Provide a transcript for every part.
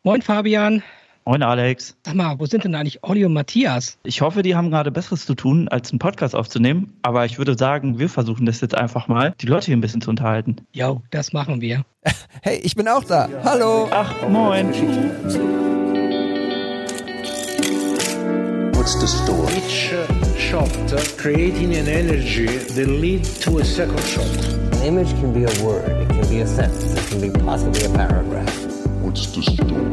Moin Fabian. Moin Alex. Sag mal, wo sind denn eigentlich Olli und Matthias? Ich hoffe, die haben gerade Besseres zu tun, als einen Podcast aufzunehmen. Aber ich würde sagen, wir versuchen das jetzt einfach mal, die Leute hier ein bisschen zu unterhalten. Jo, das machen wir. Hey, ich bin auch da. Hallo. Ach, moin. What's the story? Each shot creating an energy that leads to a second shot. An image can be a word, it can be a sentence, it can be possibly a paragraph. What's the story?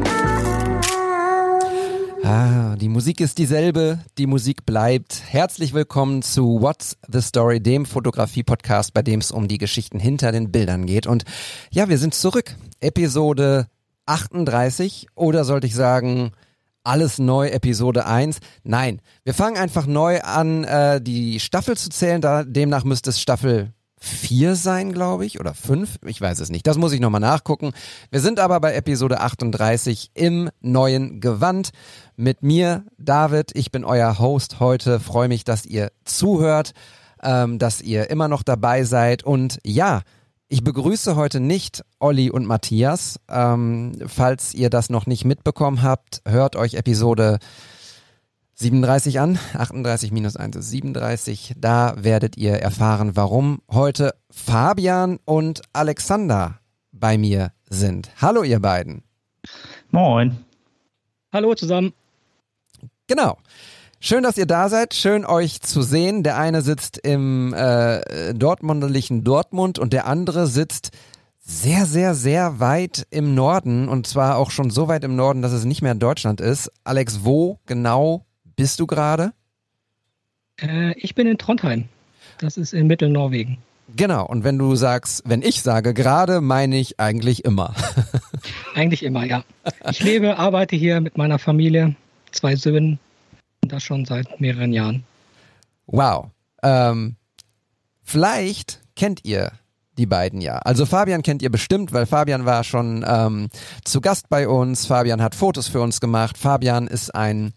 Die Musik ist dieselbe, die Musik bleibt. Herzlich willkommen zu What's the Story, dem Fotografie-Podcast, bei dem es um die Geschichten hinter den Bildern geht. Und ja, wir sind zurück. Episode 38 oder sollte ich sagen, alles neu, Episode 1. Nein, wir fangen einfach neu an, die Staffel zu zählen. Demnach müsste es Staffel 4 sein, glaube ich, oder 5, ich weiß es nicht, das muss ich nochmal nachgucken. Wir sind aber bei Episode 38 im neuen Gewand. Mit mir, David, ich bin euer Host heute, freue mich, dass ihr zuhört, dass ihr immer noch dabei seid und ja, ich begrüße heute nicht Olli und Matthias. Falls ihr das noch nicht mitbekommen habt, hört euch Episode 37 an, 38 minus 1 ist 37, da werdet ihr erfahren, warum heute Fabian und Alexander bei mir sind. Hallo ihr beiden. Moin. Hallo zusammen. Genau. Schön, dass ihr da seid, schön euch zu sehen. Der eine sitzt im dortmunderlichen Dortmund und der andere sitzt sehr, sehr, sehr weit im Norden und zwar auch schon so weit im Norden, dass es nicht mehr in Deutschland ist. Alex, wo genau bist du gerade? Ich bin in Trondheim. Das ist in Mittelnorwegen. Genau, und wenn ich sage gerade, meine ich eigentlich immer. Eigentlich immer, ja. Ich lebe, arbeite hier mit meiner Familie, 2 Söhnen und das schon seit mehreren Jahren. Wow. Vielleicht kennt ihr die beiden ja. Also Fabian kennt ihr bestimmt, weil Fabian war schon zu Gast bei uns. Fabian hat Fotos für uns gemacht. Fabian ist ein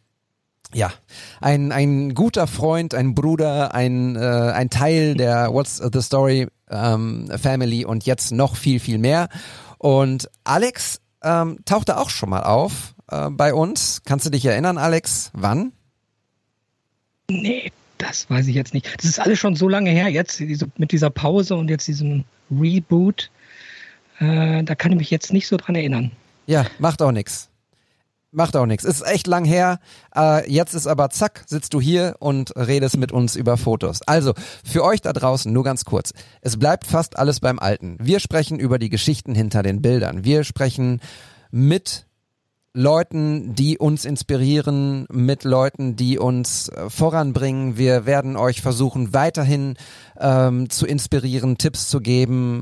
guter Freund, ein Bruder, ein Teil der What's the Story Family und jetzt noch viel, viel mehr. Und Alex tauchte auch schon mal auf bei uns. Kannst du dich erinnern, Alex? Wann? Nee, das weiß ich jetzt nicht. Das ist alles schon so lange her jetzt, mit dieser Pause und jetzt diesem Reboot. Da kann ich mich jetzt nicht so dran erinnern. Ja, macht auch nichts. Macht auch nichts. Ist echt lang her. Jetzt ist aber zack, sitzt du hier und redest mit uns über Fotos. Also, für euch da draußen nur ganz kurz. Es bleibt fast alles beim Alten. Wir sprechen über die Geschichten hinter den Bildern. Wir sprechen mit Leuten, die uns inspirieren, mit Leuten, die uns voranbringen. Wir werden euch versuchen, weiterhin zu inspirieren, Tipps zu geben.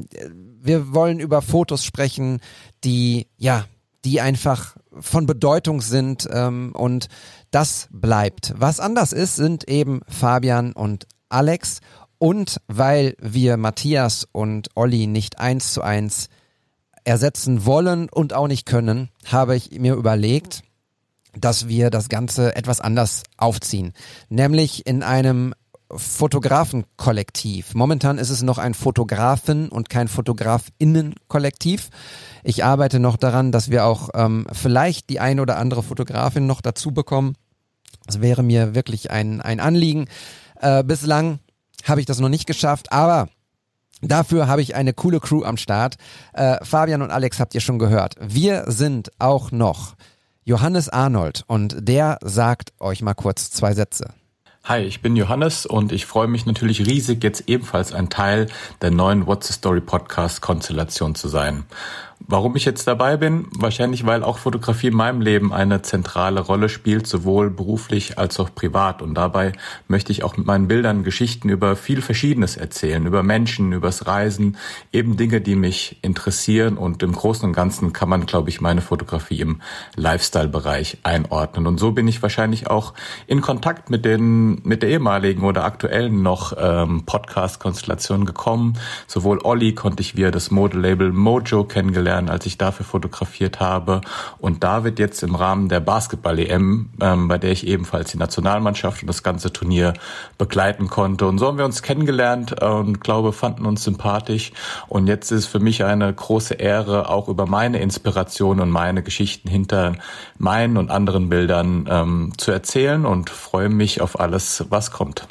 Wir wollen über Fotos sprechen, die einfach von Bedeutung sind und das bleibt. Was anders ist, sind eben Fabian und Alex und weil wir Matthias und Olli nicht 1:1 ersetzen wollen und auch nicht können, habe ich mir überlegt, dass wir das Ganze etwas anders aufziehen, nämlich in einem Fotografenkollektiv. Momentan ist es noch ein Fotografen- und kein Fotografinnenkollektiv. Ich arbeite noch daran, dass wir auch vielleicht die ein oder andere Fotografin noch dazu bekommen. Das wäre mir wirklich ein Anliegen. Bislang habe ich das noch nicht geschafft, aber dafür habe ich eine coole Crew am Start. Fabian und Alex habt ihr schon gehört. Wir sind auch noch Johannes Arnold und der sagt euch mal kurz 2 Sätze. Hi, ich bin Johannes und ich freue mich natürlich riesig, jetzt ebenfalls ein Teil der neuen What's the Story Podcast Konstellation zu sein. Warum ich jetzt dabei bin? Wahrscheinlich, weil auch Fotografie in meinem Leben eine zentrale Rolle spielt, sowohl beruflich als auch privat. Und dabei möchte ich auch mit meinen Bildern Geschichten über viel Verschiedenes erzählen, über Menschen, übers Reisen, eben Dinge, die mich interessieren. Und im Großen und Ganzen kann man, glaube ich, meine Fotografie im Lifestyle-Bereich einordnen. Und so bin ich wahrscheinlich auch in Kontakt mit der ehemaligen oder aktuellen noch Podcast-Konstellation gekommen. Sowohl Olli konnte ich via das Modelabel Mojo kennengelernt, kennengelernt, als ich dafür fotografiert habe. Und David jetzt im Rahmen der Basketball-EM, bei der ich ebenfalls die Nationalmannschaft und das ganze Turnier begleiten konnte. Und so haben wir uns kennengelernt und glaube, fanden uns sympathisch. Und jetzt ist es für mich eine große Ehre, auch über meine Inspiration und meine Geschichten hinter meinen und anderen Bildern zu erzählen und freue mich auf alles, was kommt.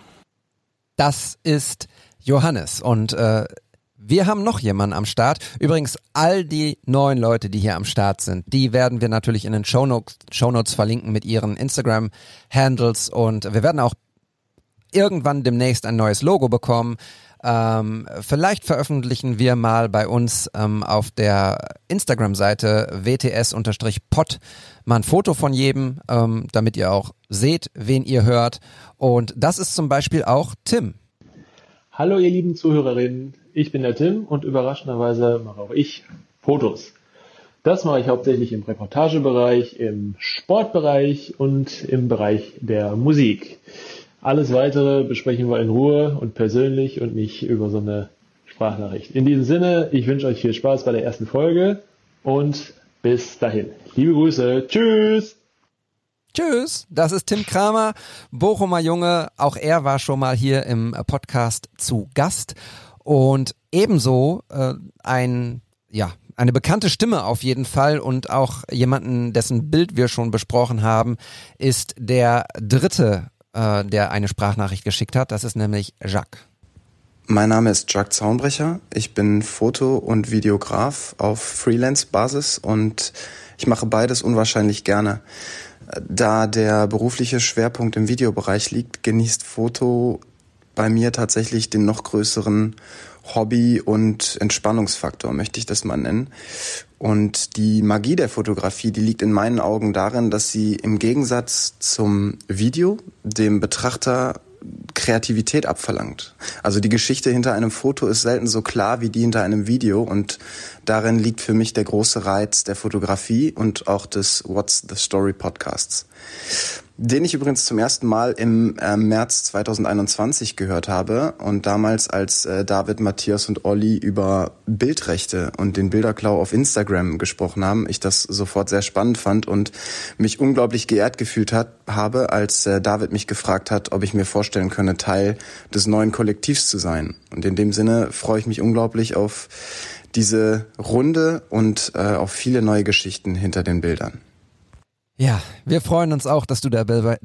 Das ist Johannes und wir haben noch jemanden am Start. Übrigens, all die neuen Leute, die hier am Start sind, die werden wir natürlich in den Shownotes verlinken mit ihren Instagram-Handles und wir werden auch irgendwann demnächst ein neues Logo bekommen. Vielleicht veröffentlichen wir mal bei uns auf der Instagram-Seite WTS-Pod mal ein Foto von jedem, damit ihr auch seht, wen ihr hört. Und das ist zum Beispiel auch Tim. Hallo ihr lieben Zuhörerinnen, ich bin der Tim und überraschenderweise mache auch ich Fotos. Das mache ich hauptsächlich im Reportagebereich, im Sportbereich und im Bereich der Musik. Alles Weitere besprechen wir in Ruhe und persönlich und nicht über so eine Sprachnachricht. In diesem Sinne, ich wünsche euch viel Spaß bei der ersten Folge und bis dahin. Liebe Grüße, tschüss! Tschüss, das ist Tim Kramer, Bochumer Junge. Auch er war schon mal hier im Podcast zu Gast und ebenso eine bekannte Stimme auf jeden Fall und auch jemanden, dessen Bild wir schon besprochen haben, ist der dritte, der eine Sprachnachricht geschickt hat. Das ist nämlich Jacques. Mein Name ist Jacques Zaunbrecher. Ich bin Foto- und Videograf auf Freelance-Basis und ich mache beides unwahrscheinlich gerne. Da der berufliche Schwerpunkt im Videobereich liegt, genießt Foto bei mir tatsächlich den noch größeren Hobby- und Entspannungsfaktor, möchte ich das mal nennen. Und die Magie der Fotografie, die liegt in meinen Augen darin, dass sie im Gegensatz zum Video dem Betrachter Kreativität abverlangt. Also die Geschichte hinter einem Foto ist selten so klar wie die hinter einem Video und darin liegt für mich der große Reiz der Fotografie und auch des What's the Story Podcasts, den ich übrigens zum ersten Mal im März 2021 gehört habe und damals als David, Matthias und Olli über Bildrechte und den Bilderklau auf Instagram gesprochen haben, ich das sofort sehr spannend fand und mich unglaublich geehrt gefühlt habe, als David mich gefragt hat, ob ich mir vorstellen könne, Teil des neuen Kollektivs zu sein. Und in dem Sinne freue ich mich unglaublich auf diese Runde und auf viele neue Geschichten hinter den Bildern. Ja, wir freuen uns auch, dass du dabei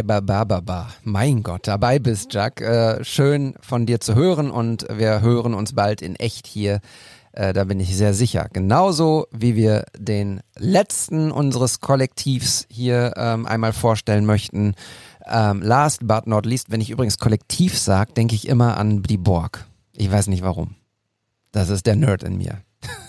bist, Jacques. Schön von dir zu hören und wir hören uns bald in echt hier. Da bin ich sehr sicher. Genauso wie wir den letzten unseres Kollektivs hier einmal vorstellen möchten. Last but not least, wenn ich übrigens Kollektiv sage, denke ich immer an die Borg. Ich weiß nicht warum. Das ist der Nerd in mir.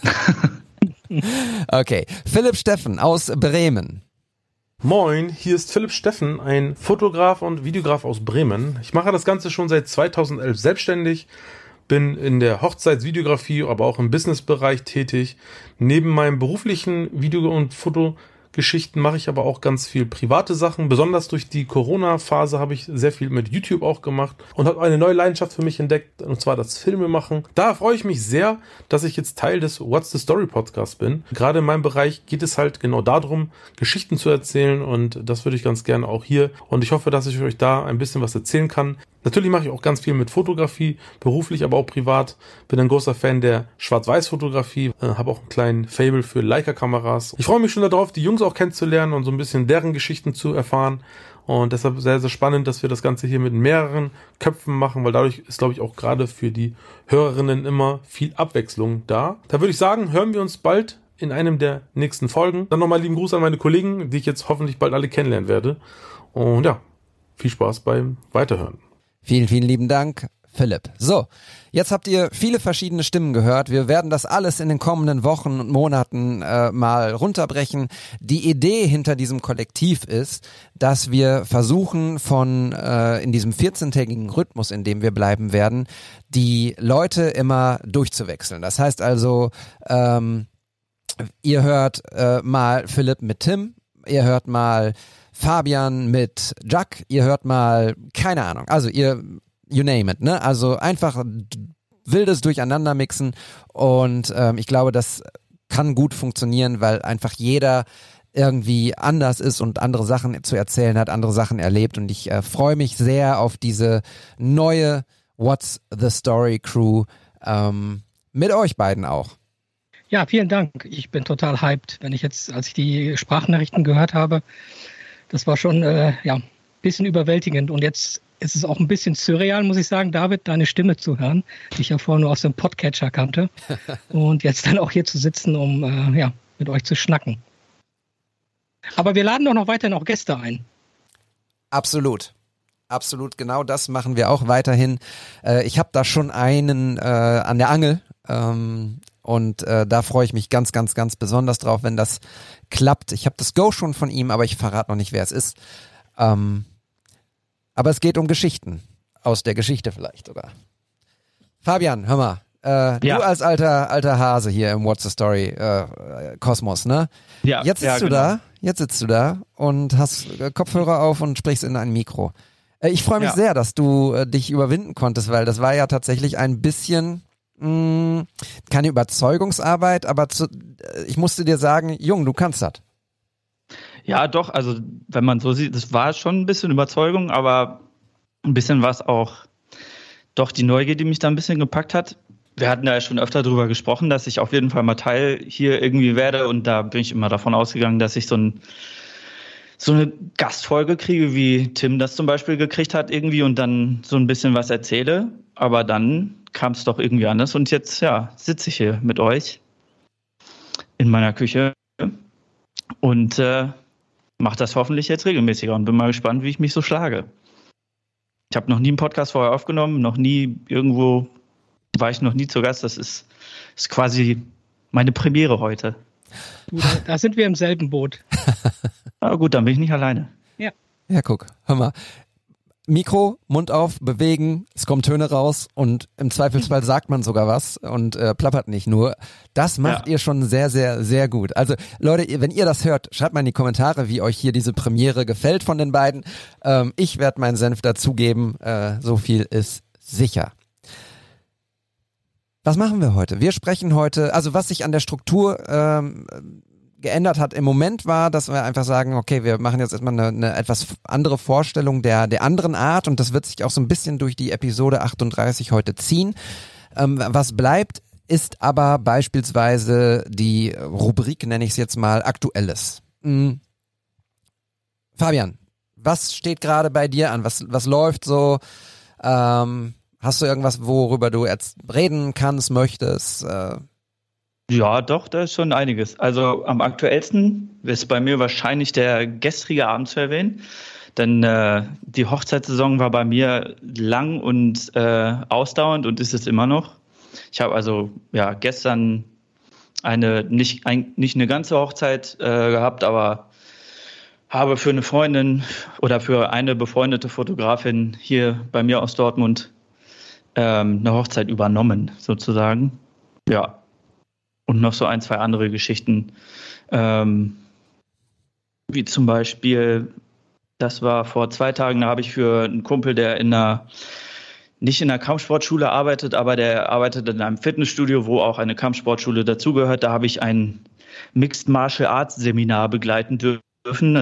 Okay, Philipp Steffen aus Bremen. Moin, hier ist Philipp Steffen, ein Fotograf und Videograf aus Bremen. Ich mache das Ganze schon seit 2011 selbstständig, bin in der Hochzeitsvideografie, aber auch im Businessbereich tätig. Neben meinem beruflichen Video- und Fotogeschichten mache ich aber auch ganz viel private Sachen. Besonders durch die Corona-Phase habe ich sehr viel mit YouTube auch gemacht und habe eine neue Leidenschaft für mich entdeckt, und zwar das Filmemachen. Da freue ich mich sehr, dass ich jetzt Teil des What's the Story Podcast bin. Gerade in meinem Bereich geht es halt genau darum, Geschichten zu erzählen und das würde ich ganz gerne auch hier. Und ich hoffe, dass ich euch da ein bisschen was erzählen kann. Natürlich mache ich auch ganz viel mit Fotografie, beruflich, aber auch privat. Bin ein großer Fan der Schwarz-Weiß-Fotografie, habe auch einen kleinen Faible für Leica-Kameras. Ich freue mich schon darauf, die Jungs auch kennenzulernen und so ein bisschen deren Geschichten zu erfahren. Und deshalb sehr, sehr spannend, dass wir das Ganze hier mit mehreren Köpfen machen, weil dadurch ist, glaube ich, auch gerade für die Hörerinnen immer viel Abwechslung da. Da würde ich sagen, hören wir uns bald in einem der nächsten Folgen. Dann nochmal lieben Gruß an meine Kollegen, die ich jetzt hoffentlich bald alle kennenlernen werde. Und ja, viel Spaß beim Weiterhören. Vielen, vielen lieben Dank, Philipp. So, jetzt habt ihr viele verschiedene Stimmen gehört. Wir werden das alles in den kommenden Wochen und Monaten mal runterbrechen. Die Idee hinter diesem Kollektiv ist, dass wir versuchen in diesem 14-tägigen Rhythmus, in dem wir bleiben werden, die Leute immer durchzuwechseln. Das heißt also, ihr hört mal Philipp mit Tim, ihr hört mal Fabian mit Jacques, ihr hört mal, keine Ahnung, also you name it, ne? Also einfach wildes Durcheinander mixen und ich glaube, das kann gut funktionieren, weil einfach jeder irgendwie anders ist und andere Sachen zu erzählen hat, andere Sachen erlebt und ich freue mich sehr auf diese neue What's the Story Crew mit euch beiden auch. Ja, vielen Dank. Ich bin total hyped, als ich die Sprachnachrichten gehört habe. Das war schon ein bisschen überwältigend und jetzt ist es auch ein bisschen surreal, muss ich sagen, David, deine Stimme zu hören, die ich ja vorher nur aus dem Podcatcher kannte und jetzt dann auch hier zu sitzen, um mit euch zu schnacken. Aber wir laden doch noch weiterhin auch Gäste ein. Absolut. Absolut, genau das machen wir auch weiterhin. Ich habe da schon einen an der Angel und da freue ich mich ganz, ganz, ganz besonders drauf, wenn das klappt. Ich habe das Go schon von ihm, aber ich verrate noch nicht, wer es ist. Aber es geht um Geschichten. Aus der Geschichte vielleicht sogar. Fabian, hör mal. Du als alter Hase hier im What's the Story Kosmos, ne? Ja. Jetzt sitzt du da und hast Kopfhörer auf und sprichst in ein Mikro. Ich freue mich sehr, dass du dich überwinden konntest, weil das war ja tatsächlich ein bisschen keine Überzeugungsarbeit, aber ich musste dir sagen, Jung, du kannst das. Ja, doch, also wenn man so sieht, das war schon ein bisschen Überzeugung, aber ein bisschen war es auch doch die Neugier, die mich da ein bisschen gepackt hat. Wir hatten ja schon öfter darüber gesprochen, dass ich auf jeden Fall mal Teil hier irgendwie werde und da bin ich immer davon ausgegangen, dass ich so eine Gastfolge kriege, wie Tim das zum Beispiel gekriegt hat irgendwie und dann so ein bisschen was erzähle, aber dann kam es doch irgendwie anders und jetzt sitze ich hier mit euch in meiner Küche und mache das hoffentlich jetzt regelmäßiger und bin mal gespannt, wie ich mich so schlage. Ich habe noch nie einen Podcast vorher aufgenommen, war ich noch nie zu Gast. Das ist quasi meine Premiere heute. Du, da sind wir im selben Boot. Na gut, dann bin ich nicht alleine. Ja, guck, hör mal. Mikro, Mund auf, bewegen, es kommen Töne raus und im Zweifelsfall sagt man sogar was und plappert nicht nur. Das macht ihr schon sehr, sehr, sehr gut. Also Leute, wenn ihr das hört, schreibt mal in die Kommentare, wie euch hier diese Premiere gefällt von den beiden. Ich werde meinen Senf dazugeben, so viel ist sicher. Was machen wir heute? Wir sprechen heute, also was sich an der Struktur geändert hat im Moment war, dass wir einfach sagen, okay, wir machen jetzt erstmal eine etwas andere Vorstellung der anderen Art und das wird sich auch so ein bisschen durch die Episode 38 heute ziehen. Was bleibt, ist aber beispielsweise die Rubrik, nenne ich es jetzt mal, Aktuelles. Fabian, was steht gerade bei dir an? Was läuft so? Hast du irgendwas, worüber du jetzt reden kannst, möchtest? Ja, doch, da ist schon einiges. Also am aktuellsten ist bei mir wahrscheinlich der gestrige Abend zu erwähnen, denn die Hochzeitssaison war bei mir lang und ausdauernd und ist es immer noch. Ich habe also gestern nicht eine ganze Hochzeit gehabt, aber habe für eine Freundin oder für eine befreundete Fotografin hier bei mir aus Dortmund eine Hochzeit übernommen, sozusagen. Ja. Und noch so 1, 2 andere Geschichten, wie zum Beispiel, das war vor 2 Tagen, da habe ich für einen Kumpel, der nicht in einer Kampfsportschule arbeitet, aber der arbeitet in einem Fitnessstudio, wo auch eine Kampfsportschule dazugehört. Da habe ich ein Mixed Martial Arts Seminar begleiten dürfen.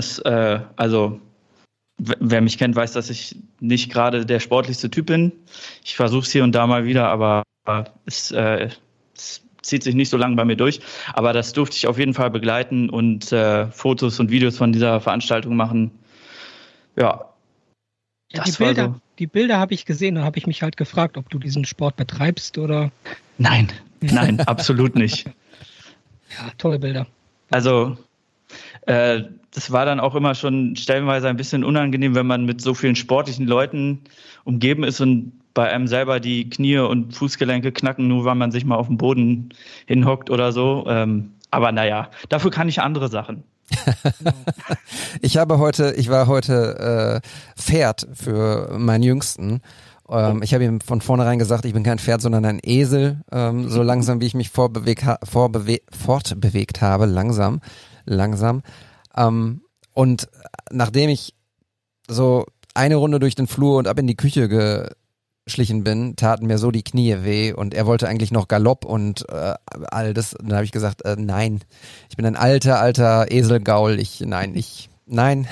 Wer mich kennt, weiß, dass ich nicht gerade der sportlichste Typ bin. Ich versuche es hier und da mal wieder, aber es zieht sich nicht so lange bei mir durch. Aber das durfte ich auf jeden Fall begleiten und Fotos und Videos von dieser Veranstaltung machen. Ja, die Bilder habe ich gesehen und habe ich mich halt gefragt, ob du diesen Sport betreibst oder... Nein, absolut nicht. Ja, tolle Bilder. Also, das war dann auch immer schon stellenweise ein bisschen unangenehm, wenn man mit so vielen sportlichen Leuten umgeben ist und bei einem selber die Knie und Fußgelenke knacken, nur weil man sich mal auf den Boden hinhockt oder so. Aber naja, dafür kann ich andere Sachen. Ich war heute Pferd für meinen Jüngsten. Ich habe ihm von vornherein gesagt, ich bin kein Pferd, sondern ein Esel. So langsam, wie ich mich fortbewegt habe, langsam. Und nachdem ich so eine Runde durch den Flur und ab in die Küche geschlichen bin, taten mir so die Knie weh und er wollte eigentlich noch Galopp und all das. Und dann habe ich gesagt, nein, ich bin ein alter Eselgaul. Nein.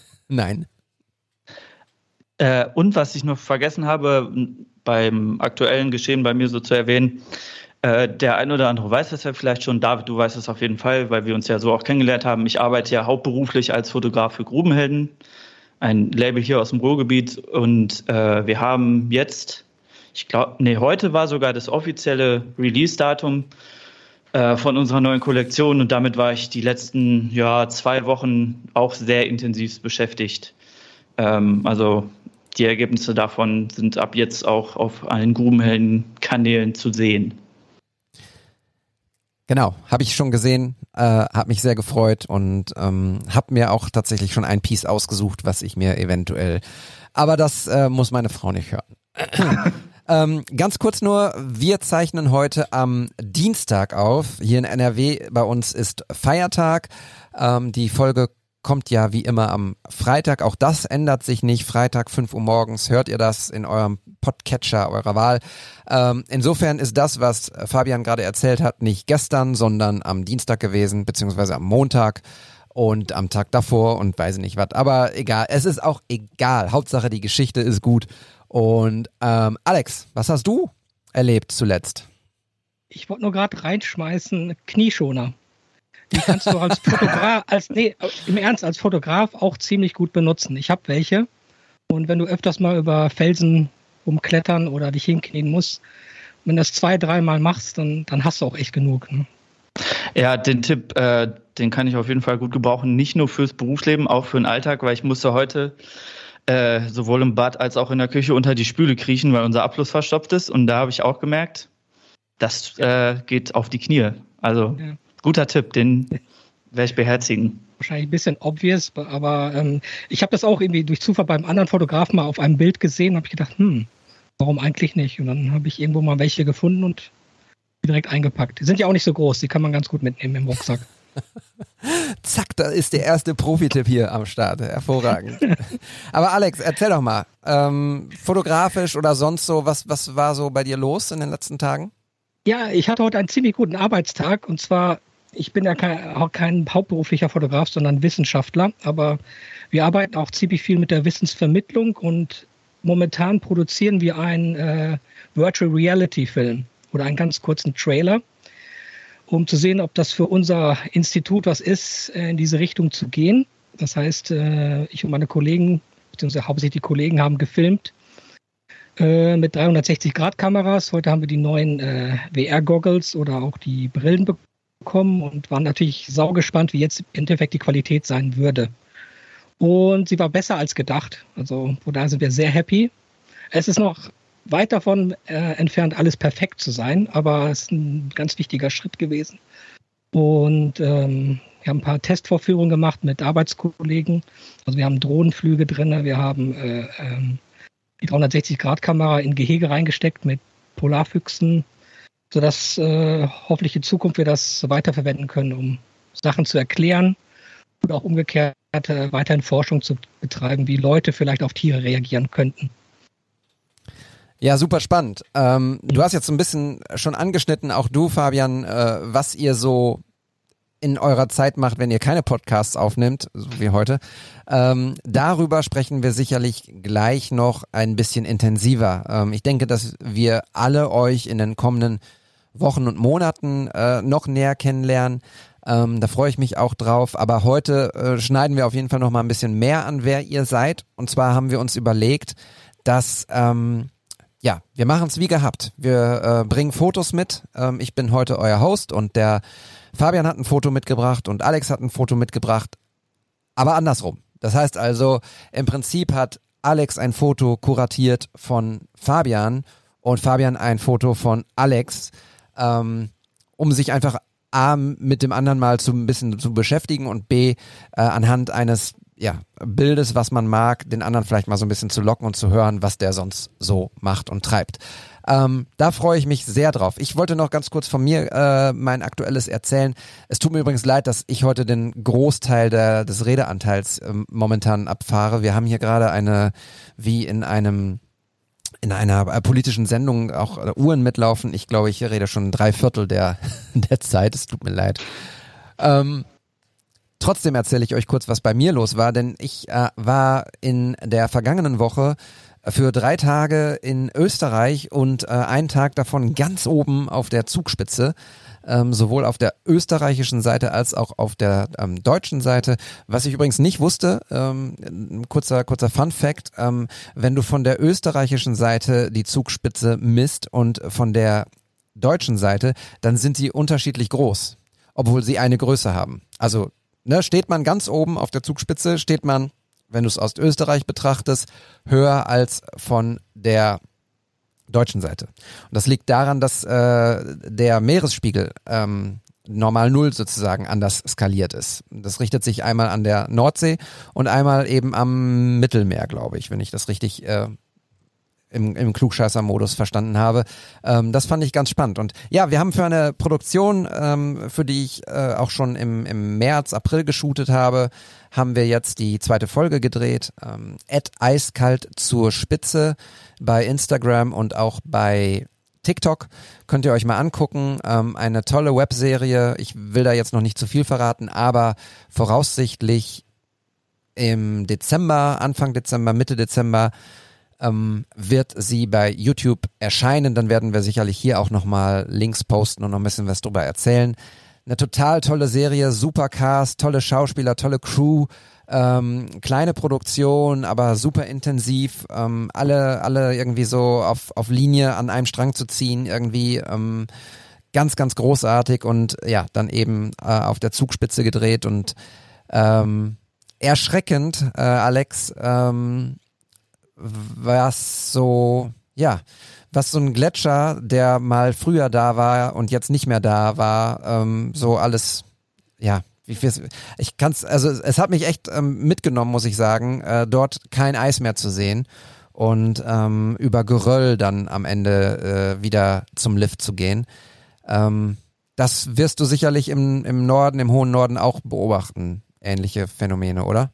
Und was ich noch vergessen habe, beim aktuellen Geschehen bei mir so zu erwähnen, der ein oder andere weiß es ja vielleicht schon. David, du weißt es auf jeden Fall, weil wir uns ja so auch kennengelernt haben. Ich arbeite ja hauptberuflich als Fotograf für Grubenhelden, ein Label hier aus dem Ruhrgebiet. Und wir haben jetzt, heute war sogar das offizielle Release-Datum von unserer neuen Kollektion. Und damit war ich die letzten 2 Wochen auch sehr intensiv beschäftigt. Also die Ergebnisse davon sind ab jetzt auch auf allen Grubenhelden-Kanälen zu sehen. Genau, habe ich schon gesehen, habe mich sehr gefreut und habe mir auch tatsächlich schon ein Piece ausgesucht, was ich mir eventuell, aber das muss meine Frau nicht hören. Ganz kurz nur, wir zeichnen heute am Dienstag auf, hier in NRW, bei uns ist Feiertag, die Folge kommt ja wie immer am Freitag, auch das ändert sich nicht, Freitag 5 Uhr morgens hört ihr das in eurem Podcatcher eurer Wahl. Insofern ist das, was Fabian gerade erzählt hat, nicht gestern, sondern am Dienstag gewesen, beziehungsweise am Montag und am Tag davor und weiß nicht was, aber egal, es ist auch egal, Hauptsache die Geschichte ist gut. Und Alex, was hast du erlebt zuletzt? Ich wollte nur gerade reinschmeißen, Knieschoner. Die kannst du als Fotograf, als Fotograf auch ziemlich gut benutzen. Ich habe welche. Und wenn du öfters mal über Felsen umklettern oder dich hinknien musst, wenn du das 2-3 Mal machst, dann hast du auch echt genug. Ne? Ja, den Tipp, den kann ich auf jeden Fall gut gebrauchen. Nicht nur fürs Berufsleben, auch für den Alltag, weil ich musste heute sowohl im Bad als auch in der Küche unter die Spüle kriechen, weil unser Abfluss verstopft ist. Und da habe ich auch gemerkt, das geht auf die Knie. Also ja. Guter Tipp, den werde ich beherzigen. Wahrscheinlich ein bisschen obvious, aber ich habe das auch irgendwie durch Zufall beim anderen Fotografen mal auf einem Bild gesehen und habe ich gedacht, warum eigentlich nicht? Und dann habe ich irgendwo mal welche gefunden und direkt eingepackt. Die sind ja auch nicht so groß, die kann man ganz gut mitnehmen im Rucksack. Zack, da ist der erste Profi-Tipp hier am Start. Hervorragend. Aber Alex, erzähl doch mal, fotografisch oder sonst so, was war so bei dir los in den letzten Tagen? Ja, ich hatte heute einen ziemlich guten Arbeitstag und zwar, ich bin ja kein hauptberuflicher Fotograf, sondern Wissenschaftler, aber wir arbeiten auch ziemlich viel mit der Wissensvermittlung und momentan produzieren wir einen Virtual Reality Film oder einen ganz kurzen Trailer, um zu sehen, ob das für unser Institut was ist, in diese Richtung zu gehen. Das heißt, ich und meine Kollegen, beziehungsweise hauptsächlich die Kollegen, haben gefilmt mit 360-Grad-Kameras. Heute haben wir die neuen VR-Goggles oder auch die Brillen bekommen und waren natürlich saugespannt, wie jetzt im Endeffekt die Qualität sein würde. Und sie war besser als gedacht. Also von daher sind wir sehr happy. Es ist noch weit davon entfernt, alles perfekt zu sein, aber es ist ein ganz wichtiger Schritt gewesen. Und wir haben ein paar Testvorführungen gemacht mit Arbeitskollegen. Also wir haben Drohnenflüge drin, wir haben die 360-Grad-Kamera in Gehege reingesteckt mit Polarfüchsen, sodass hoffentlich in Zukunft wir das weiterverwenden können, um Sachen zu erklären oder auch umgekehrt weiterhin Forschung zu betreiben, wie Leute vielleicht auf Tiere reagieren könnten. Ja, super spannend. Du hast jetzt so ein bisschen schon angeschnitten, auch du, Fabian, was ihr so in eurer Zeit macht, wenn ihr keine Podcasts aufnimmt, so wie heute. Darüber sprechen wir sicherlich gleich noch ein bisschen intensiver. Ich denke, dass wir alle euch in den kommenden Wochen und Monaten noch näher kennenlernen. Da freue ich mich auch drauf. Aber heute schneiden wir auf jeden Fall noch mal ein bisschen mehr an, wer ihr seid. Und zwar haben wir uns überlegt, dass wir machen es wie gehabt. Wir bringen Fotos mit. Ich bin heute euer Host und der Fabian hat ein Foto mitgebracht und Alex hat ein Foto mitgebracht, aber andersrum. Das heißt also, im Prinzip hat Alex ein Foto kuratiert von Fabian und Fabian ein Foto von Alex, um sich einfach A, mit dem anderen mal ein bisschen zu beschäftigen und B, anhand eines Bildes, was man mag, den anderen vielleicht mal so ein bisschen zu locken und zu hören, was der sonst so macht und treibt. Da freue ich mich sehr drauf. Ich wollte noch ganz kurz von mir mein Aktuelles erzählen. Es tut mir übrigens leid, dass ich heute den Großteil des Redeanteils momentan abfahre. Wir haben hier gerade wie in einem in einer politischen Sendung auch Uhren mitlaufen. Ich glaube, ich rede schon 3/4 der Zeit. Es tut mir leid. Trotzdem erzähle ich euch kurz, was bei mir los war, denn ich war in der vergangenen Woche für 3 Tage in Österreich und einen Tag davon ganz oben auf der Zugspitze, sowohl auf der österreichischen Seite als auch auf der deutschen Seite. Was ich übrigens nicht wusste, kurzer Fun Fact, wenn du von der österreichischen Seite die Zugspitze misst und von der deutschen Seite, dann sind sie unterschiedlich groß, obwohl sie eine Größe haben. Also steht man ganz oben auf der Zugspitze, steht man, wenn du es aus Österreich betrachtest, höher als von der deutschen Seite. Und das liegt daran, dass der Meeresspiegel normal 0 sozusagen anders skaliert ist. Das richtet sich einmal an der Nordsee und einmal eben am Mittelmeer, glaube ich, wenn ich das richtig im Klugscheißer-Modus verstanden habe. Das fand ich ganz spannend. Und ja, wir haben für eine Produktion, für die ich auch schon im März, April geshootet habe, haben wir jetzt die 2. Folge gedreht. @eiskalt zur Spitze bei Instagram und auch bei TikTok. Könnt ihr euch mal angucken. Eine tolle Webserie. Ich will da jetzt noch nicht zu viel verraten, aber voraussichtlich im Dezember, Anfang Dezember, Mitte Dezember wird sie bei YouTube erscheinen. Dann werden wir sicherlich hier auch nochmal Links posten und noch ein bisschen was drüber erzählen. Eine total tolle Serie, super Cast, tolle Schauspieler, tolle Crew, kleine Produktion, aber super intensiv, alle irgendwie so auf Linie an einem Strang zu ziehen, irgendwie ganz, ganz großartig und ja, dann eben auf der Zugspitze gedreht und erschreckend, Alex, was so ein Gletscher, der mal früher da war und jetzt nicht mehr da war, so alles, ja, ich kann's, also es hat mich echt mitgenommen, muss ich sagen, dort kein Eis mehr zu sehen und über Geröll dann am Ende wieder zum Lift zu gehen. Das wirst du sicherlich im Norden, im hohen Norden auch beobachten, ähnliche Phänomene, oder?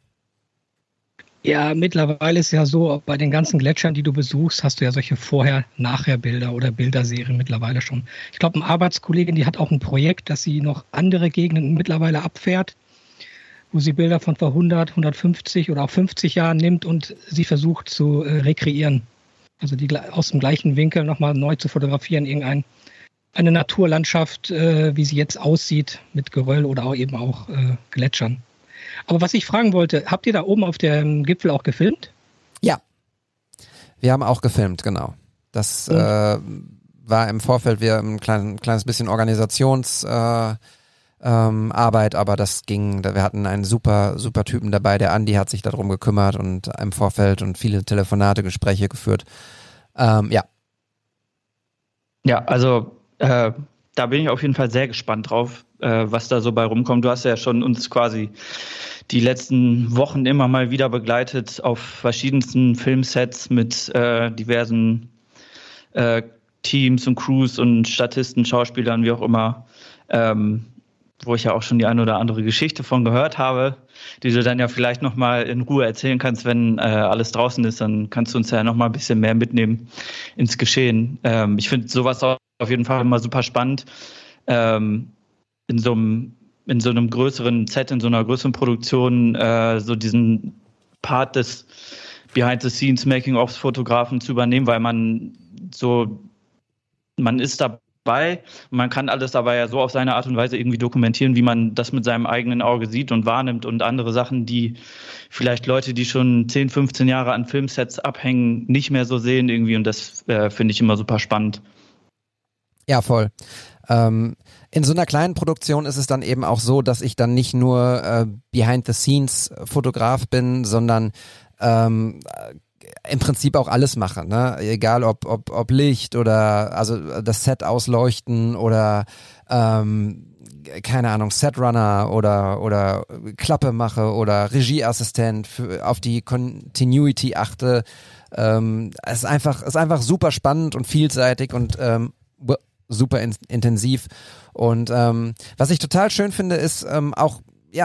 Ja, mittlerweile ist ja so, bei den ganzen Gletschern, die du besuchst, hast du ja solche Vorher-Nachher-Bilder oder Bilderserien mittlerweile schon. Ich glaube, eine Arbeitskollegin, die hat auch ein Projekt, dass sie noch andere Gegenden mittlerweile abfährt, wo sie Bilder von vor 100, 150 oder auch 50 Jahren nimmt und sie versucht zu rekreieren. Also die aus dem gleichen Winkel nochmal neu zu fotografieren, eine Naturlandschaft, wie sie jetzt aussieht, mit Geröll oder auch eben auch Gletschern. Aber was ich fragen wollte, habt ihr da oben auf dem Gipfel auch gefilmt? Ja, wir haben auch gefilmt, genau. Das war im Vorfeld ein kleines bisschen Organisationsarbeit, aber das ging. Wir hatten einen super Typen dabei, der Andi hat sich darum gekümmert und im Vorfeld und viele Telefonate, Gespräche geführt. Ja. Ja, also da bin ich auf jeden Fall sehr gespannt drauf, was da so bei rumkommt. Du hast ja schon uns quasi die letzten Wochen immer mal wieder begleitet auf verschiedensten Filmsets mit diversen Teams und Crews und Statisten, Schauspielern, wie auch immer, wo ich ja auch schon die eine oder andere Geschichte von gehört habe, die du dann ja vielleicht nochmal in Ruhe erzählen kannst, wenn alles draußen ist, dann kannst du uns ja nochmal ein bisschen mehr mitnehmen ins Geschehen. Ich finde sowas auf jeden Fall immer super spannend, in so einem größeren Set, in so einer größeren Produktion, so diesen Part des Behind-the-Scenes Making-ofs-Fotografen zu übernehmen, weil man ist dabei und man kann alles aber ja so auf seine Art und Weise irgendwie dokumentieren, wie man das mit seinem eigenen Auge sieht und wahrnimmt und andere Sachen, die vielleicht Leute, die schon 10, 15 Jahre an Filmsets abhängen, nicht mehr so sehen irgendwie, und das finde ich immer super spannend. Ja, voll. In so einer kleinen Produktion ist es dann eben auch so, dass ich dann nicht nur Behind-the-Scenes-Fotograf bin, sondern im Prinzip auch alles mache, ne? Egal ob Licht oder also das Set ausleuchten oder keine Ahnung, Setrunner oder Klappe mache oder Regieassistent auf die Continuity achte. Es ist einfach super spannend und vielseitig und super intensiv. Und was ich total schön finde, ist auch, ja,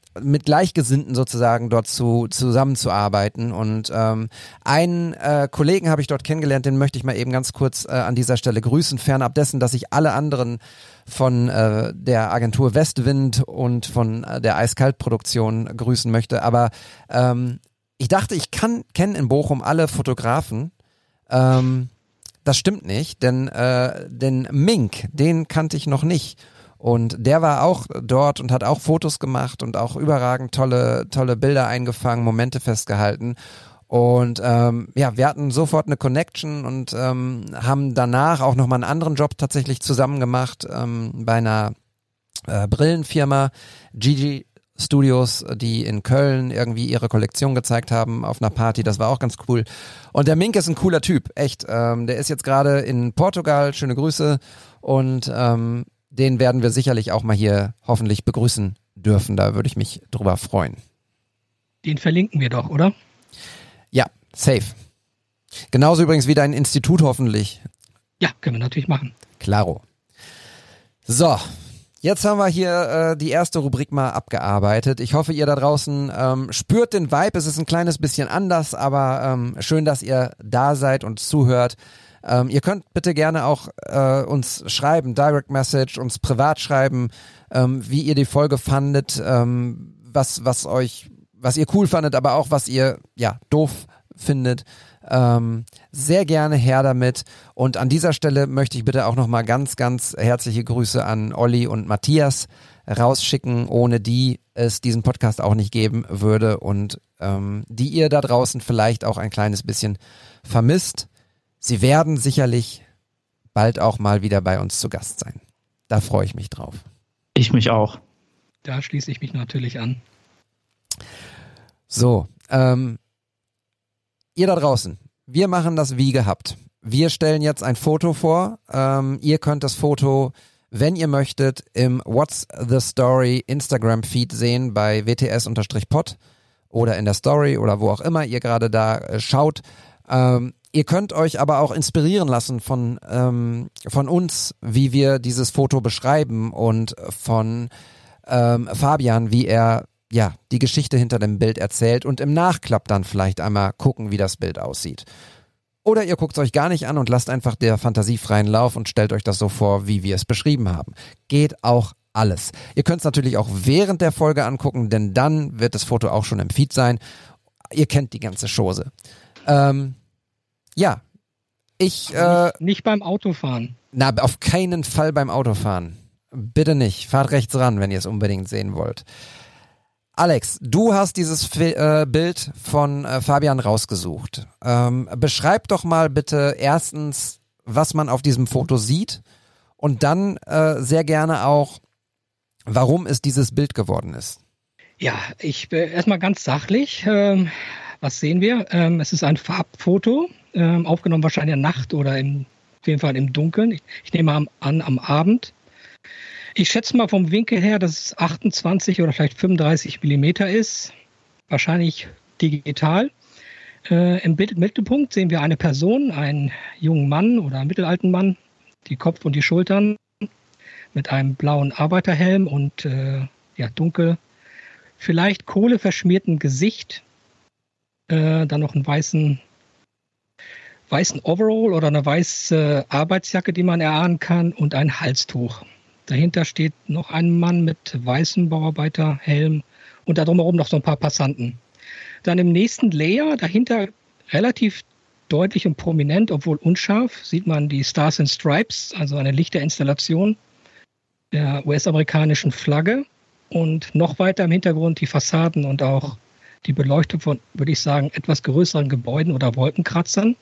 mit Gleichgesinnten sozusagen dort zusammenzuarbeiten. Und einen Kollegen habe ich dort kennengelernt, den möchte ich mal eben ganz kurz an dieser Stelle grüßen, fernab dessen, dass ich alle anderen von der Agentur Westwind und von der Eiskalt-Produktion grüßen möchte. Aber ich dachte, ich kenne in Bochum alle Fotografen. Das stimmt nicht, denn Mink, den kannte ich noch nicht. Und der war auch dort und hat auch Fotos gemacht und auch überragend tolle Bilder eingefangen, Momente festgehalten. Und wir hatten sofort eine Connection und haben danach auch nochmal einen anderen Job tatsächlich zusammen gemacht bei einer Brillenfirma, Gigi Studios, die in Köln irgendwie ihre Kollektion gezeigt haben auf einer Party. Das war auch ganz cool. Und der Mink ist ein cooler Typ, echt. Der ist jetzt gerade in Portugal, schöne Grüße. Und den werden wir sicherlich auch mal hier hoffentlich begrüßen dürfen. Da würde ich mich drüber freuen. Den verlinken wir doch, oder? Ja, safe. Genauso übrigens wie dein Institut hoffentlich. Ja, können wir natürlich machen. Klaro. So, jetzt haben wir hier die erste Rubrik mal abgearbeitet. Ich hoffe, ihr da draußen spürt den Vibe. Es ist ein kleines bisschen anders, aber schön, dass ihr da seid und zuhört. Ihr könnt bitte gerne auch uns schreiben, Direct Message, uns privat schreiben, wie ihr die Folge fandet, was ihr cool fandet, aber auch was ihr doof findet. Sehr gerne her damit. Und an dieser Stelle möchte ich bitte auch nochmal ganz, ganz herzliche Grüße an Olli und Matthias rausschicken, ohne die es diesen Podcast auch nicht geben würde und die ihr da draußen vielleicht auch ein kleines bisschen vermisst. Sie werden sicherlich bald auch mal wieder bei uns zu Gast sein. Da freue ich mich drauf. Ich mich auch. Da schließe ich mich natürlich an. So, ihr da draußen, wir machen das wie gehabt. Wir stellen jetzt ein Foto vor. Ihr könnt das Foto, wenn ihr möchtet, im What's the Story Instagram-Feed sehen bei WTS_pod oder in der Story oder wo auch immer ihr gerade da schaut. Ihr könnt euch aber auch inspirieren lassen von uns, wie wir dieses Foto beschreiben und von Fabian, wie er die Geschichte hinter dem Bild erzählt und im Nachklapp dann vielleicht einmal gucken, wie das Bild aussieht. Oder ihr guckt es euch gar nicht an und lasst einfach der Fantasie freien Lauf und stellt euch das so vor, wie wir es beschrieben haben. Geht auch alles. Ihr könnt es natürlich auch während der Folge angucken, denn dann wird das Foto auch schon im Feed sein. Ihr kennt die ganze Chose. Nicht beim Autofahren. Na, auf keinen Fall beim Autofahren. Bitte nicht. Fahrt rechts ran, wenn ihr es unbedingt sehen wollt. Alex, du hast dieses Bild von Fabian rausgesucht. Beschreib doch mal bitte erstens, was man auf diesem Foto sieht und dann sehr gerne auch, warum es dieses Bild geworden ist. Ja, ich bin erstmal ganz sachlich. Was sehen wir? Es ist ein Farbfoto, aufgenommen wahrscheinlich in der Nacht oder auf jeden Fall im Dunkeln. Ich nehme an, am Abend. Ich schätze mal vom Winkel her, dass es 28 oder vielleicht 35 Millimeter ist. Wahrscheinlich digital. Im Mittelpunkt sehen wir eine Person, einen jungen Mann oder einen mittelalten Mann, die Kopf und die Schultern mit einem blauen Arbeiterhelm und dunkel, vielleicht kohleverschmierten Gesicht. Dann noch einen weißen Overall oder eine weiße Arbeitsjacke, die man erahnen kann, und ein Halstuch. Dahinter steht noch ein Mann mit weißem Bauarbeiterhelm und da drumherum noch so ein paar Passanten. Dann im nächsten Layer, dahinter relativ deutlich und prominent, obwohl unscharf, sieht man die Stars and Stripes, also eine Lichterinstallation der US-amerikanischen Flagge. Und noch weiter im Hintergrund die Fassaden und auch die Beleuchtung von, würde ich sagen, etwas größeren Gebäuden oder Wolkenkratzern.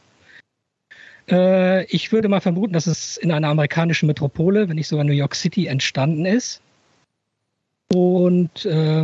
Ich würde mal vermuten, dass es in einer amerikanischen Metropole, wenn nicht sogar New York City, entstanden ist. Und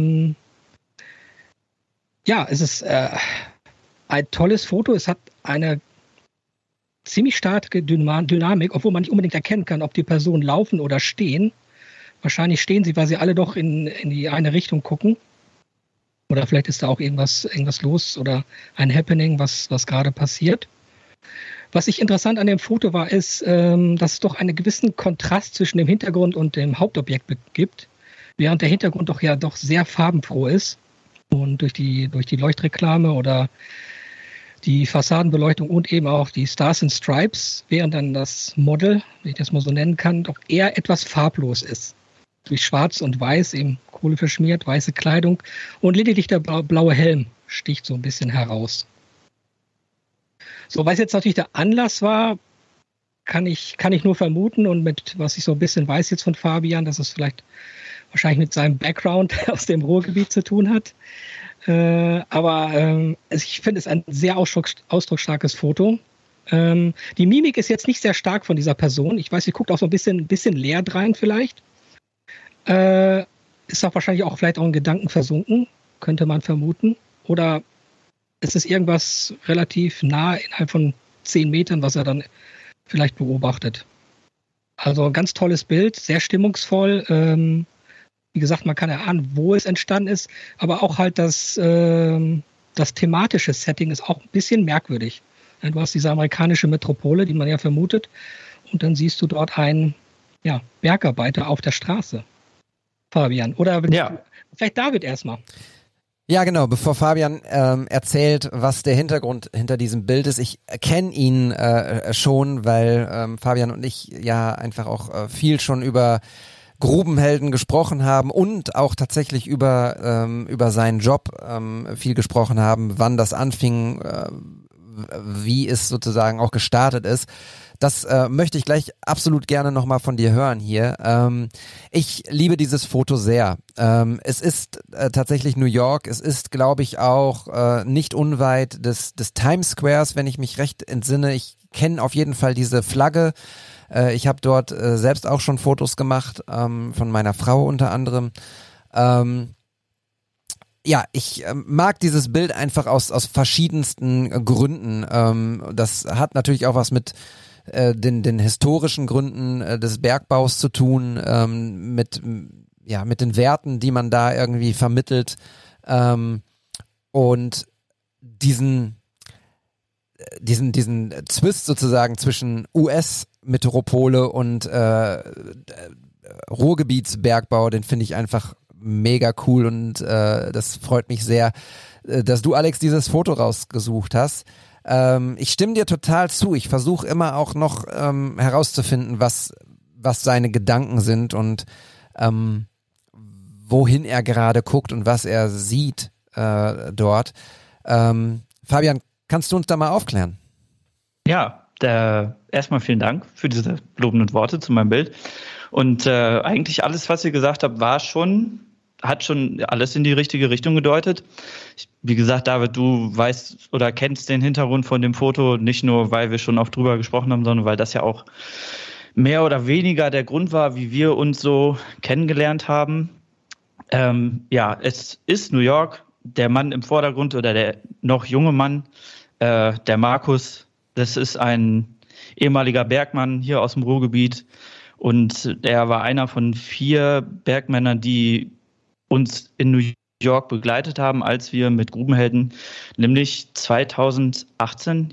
es ist ein tolles Foto. Es hat eine ziemlich starke Dynamik, obwohl man nicht unbedingt erkennen kann, ob die Personen laufen oder stehen. Wahrscheinlich stehen sie, weil sie alle doch in die eine Richtung gucken. Oder vielleicht ist da auch irgendwas los oder ein Happening, was gerade passiert. Was ich interessant an dem Foto war, ist, dass es doch einen gewissen Kontrast zwischen dem Hintergrund und dem Hauptobjekt gibt. während der Hintergrund doch sehr farbenfroh ist. Und durch die Leuchtreklame oder die Fassadenbeleuchtung und eben auch die Stars and Stripes, während dann das Model, wenn ich das mal so nennen kann, doch eher etwas farblos ist. Durch Schwarz und Weiß, eben Kohle verschmiert, weiße Kleidung und lediglich der blaue Helm sticht so ein bisschen heraus. So, was jetzt natürlich der Anlass war, kann ich nur vermuten und mit was ich so ein bisschen weiß jetzt von Fabian, dass es vielleicht wahrscheinlich mit seinem Background aus dem Ruhrgebiet zu tun hat. Aber ich finde es ein sehr ausdrucksstarkes Foto. Die Mimik ist jetzt nicht sehr stark von dieser Person. Ich weiß, sie guckt auch so ein bisschen leer drein vielleicht. Ist doch wahrscheinlich auch vielleicht auch in Gedanken versunken, könnte man vermuten. Oder ist es irgendwas relativ nah innerhalb von 10 Metern, was er dann vielleicht beobachtet. Also ein ganz tolles Bild, sehr stimmungsvoll. Wie gesagt, man kann erahnen, wo es entstanden ist, aber auch halt das thematische Setting ist auch ein bisschen merkwürdig. Du hast diese amerikanische Metropole, die man ja vermutet, und dann siehst du dort einen Bergarbeiter auf der Straße. Fabian, oder vielleicht David erstmal. Ja, genau, bevor Fabian erzählt, was der Hintergrund hinter diesem Bild ist. Ich kenne ihn schon, weil Fabian und ich ja einfach auch viel schon über Grubenhelden gesprochen haben und auch tatsächlich über seinen Job viel gesprochen haben, wann das anfing, wie es sozusagen auch gestartet ist. Das möchte ich gleich absolut gerne nochmal von dir hören hier. Ich liebe dieses Foto sehr. Es ist tatsächlich New York. Es ist, glaube ich, auch nicht unweit des Times Squares, wenn ich mich recht entsinne. Ich kenne auf jeden Fall diese Flagge. Ich habe dort selbst auch schon Fotos gemacht, von meiner Frau unter anderem. Ich mag dieses Bild einfach aus verschiedensten Gründen. Das hat natürlich auch was mit den historischen Gründen des Bergbaus zu tun, mit den Werten, die man da irgendwie vermittelt, und diesen Zwist sozusagen zwischen US-Metropole und Ruhrgebietsbergbau, den finde ich einfach mega cool, und das freut mich sehr, dass du, Alex, dieses Foto rausgesucht hast. Ich stimme dir total zu. Ich versuche immer auch noch herauszufinden, was seine Gedanken sind und wohin er gerade guckt und was er sieht dort. Fabian, kannst du uns da mal aufklären? Ja, erstmal vielen Dank für diese lobenden Worte zu meinem Bild. Und eigentlich alles, was ihr gesagt habt, hat schon alles in die richtige Richtung gedeutet. Wie gesagt, David, du weißt oder kennst den Hintergrund von dem Foto, nicht nur, weil wir schon oft drüber gesprochen haben, sondern weil das ja auch mehr oder weniger der Grund war, wie wir uns so kennengelernt haben. Es ist New York, der Mann im Vordergrund oder der noch junge Mann, der Markus, das ist ein ehemaliger Bergmann hier aus dem Ruhrgebiet, und er war einer von 4 Bergmännern, die uns in New York begleitet haben, als wir mit Grubenhelden, nämlich 2018,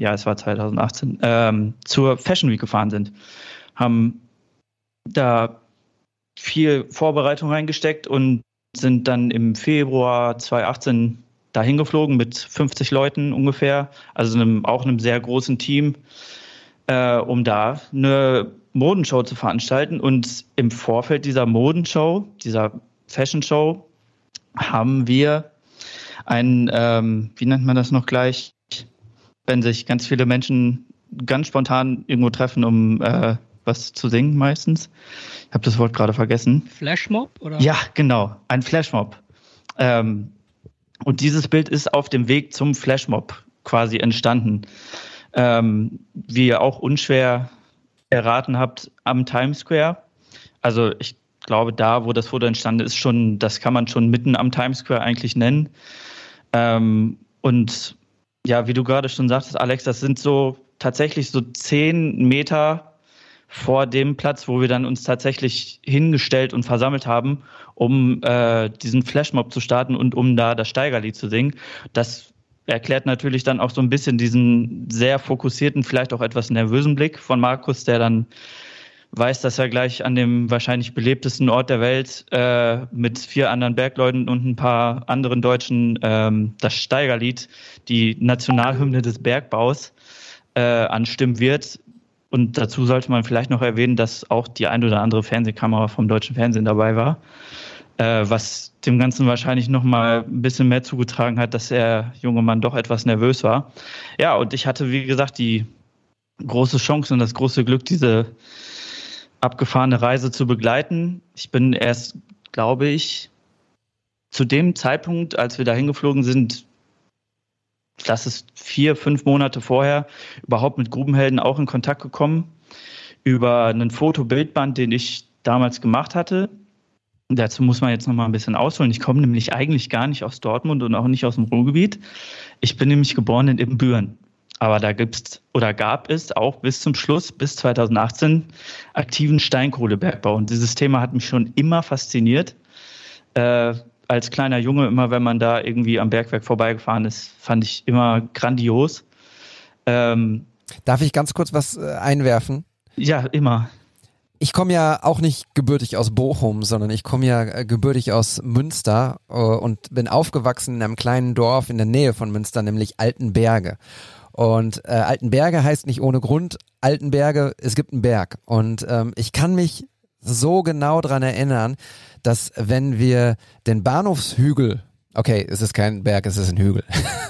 zur Fashion Week gefahren sind. Haben da viel Vorbereitung reingesteckt und sind dann im Februar 2018 dahin geflogen mit 50 Leuten ungefähr, also auch einem sehr großen Team, um da eine Modenshow zu veranstalten. Und im Vorfeld dieser Modenshow, dieser Fashion Show, haben wir wie nennt man das noch gleich, wenn sich ganz viele Menschen ganz spontan irgendwo treffen, um was zu singen meistens. Ich habe das Wort gerade vergessen. Flashmob? Oder? Ja, genau, ein Flashmob. Und dieses Bild ist auf dem Weg zum Flashmob quasi entstanden. Wie ihr auch unschwer erraten habt, am Times Square. Also ich glaube, da, wo das Foto entstanden ist, das kann man schon mitten am Times Square eigentlich nennen. Und ja, wie du gerade schon sagtest, Alex, das sind tatsächlich so 10 Meter vor dem Platz, wo wir dann uns tatsächlich hingestellt und versammelt haben, um diesen Flashmob zu starten und um da das Steigerlied zu singen. Das erklärt natürlich dann auch so ein bisschen diesen sehr fokussierten, vielleicht auch etwas nervösen Blick von Markus, der dann weiß, dass er gleich an dem wahrscheinlich belebtesten Ort der Welt mit 4 anderen Bergleuten und ein paar anderen Deutschen das Steigerlied, die Nationalhymne des Bergbaus, anstimmen wird. Und dazu sollte man vielleicht noch erwähnen, dass auch die ein oder andere Fernsehkamera vom deutschen Fernsehen dabei war, was dem Ganzen wahrscheinlich noch mal ein bisschen mehr zugetragen hat, dass der junge Mann doch etwas nervös war. Ja, und ich hatte, wie gesagt, die große Chance und das große Glück, diese abgefahrene Reise zu begleiten. Ich bin erst, glaube ich, zu dem Zeitpunkt, als wir da hingeflogen sind, lass es 4-5 Monate vorher, überhaupt mit Grubenhelden auch in Kontakt gekommen, über einen Fotobildband, den ich damals gemacht hatte. Dazu muss man jetzt noch mal ein bisschen ausholen. Ich komme nämlich eigentlich gar nicht aus Dortmund und auch nicht aus dem Ruhrgebiet. Ich bin nämlich geboren in Ibbenbüren. Aber da gab es auch bis zum Schluss, bis 2018, aktiven Steinkohlebergbau. Und dieses Thema hat mich schon immer fasziniert. Als kleiner Junge, immer wenn man da irgendwie am Bergwerk vorbeigefahren ist, fand ich immer grandios. Darf ich ganz kurz was einwerfen? Ja, immer. Ich komme ja auch nicht gebürtig aus Bochum, sondern ich komme ja gebürtig aus Münster und bin aufgewachsen in einem kleinen Dorf in der Nähe von Münster, nämlich Altenberge. Und Altenberge heißt nicht ohne Grund Altenberge, es gibt einen Berg. Und ich kann mich so genau daran erinnern, dass wenn wir den Bahnhofshügel, okay, es ist kein Berg, es ist ein Hügel.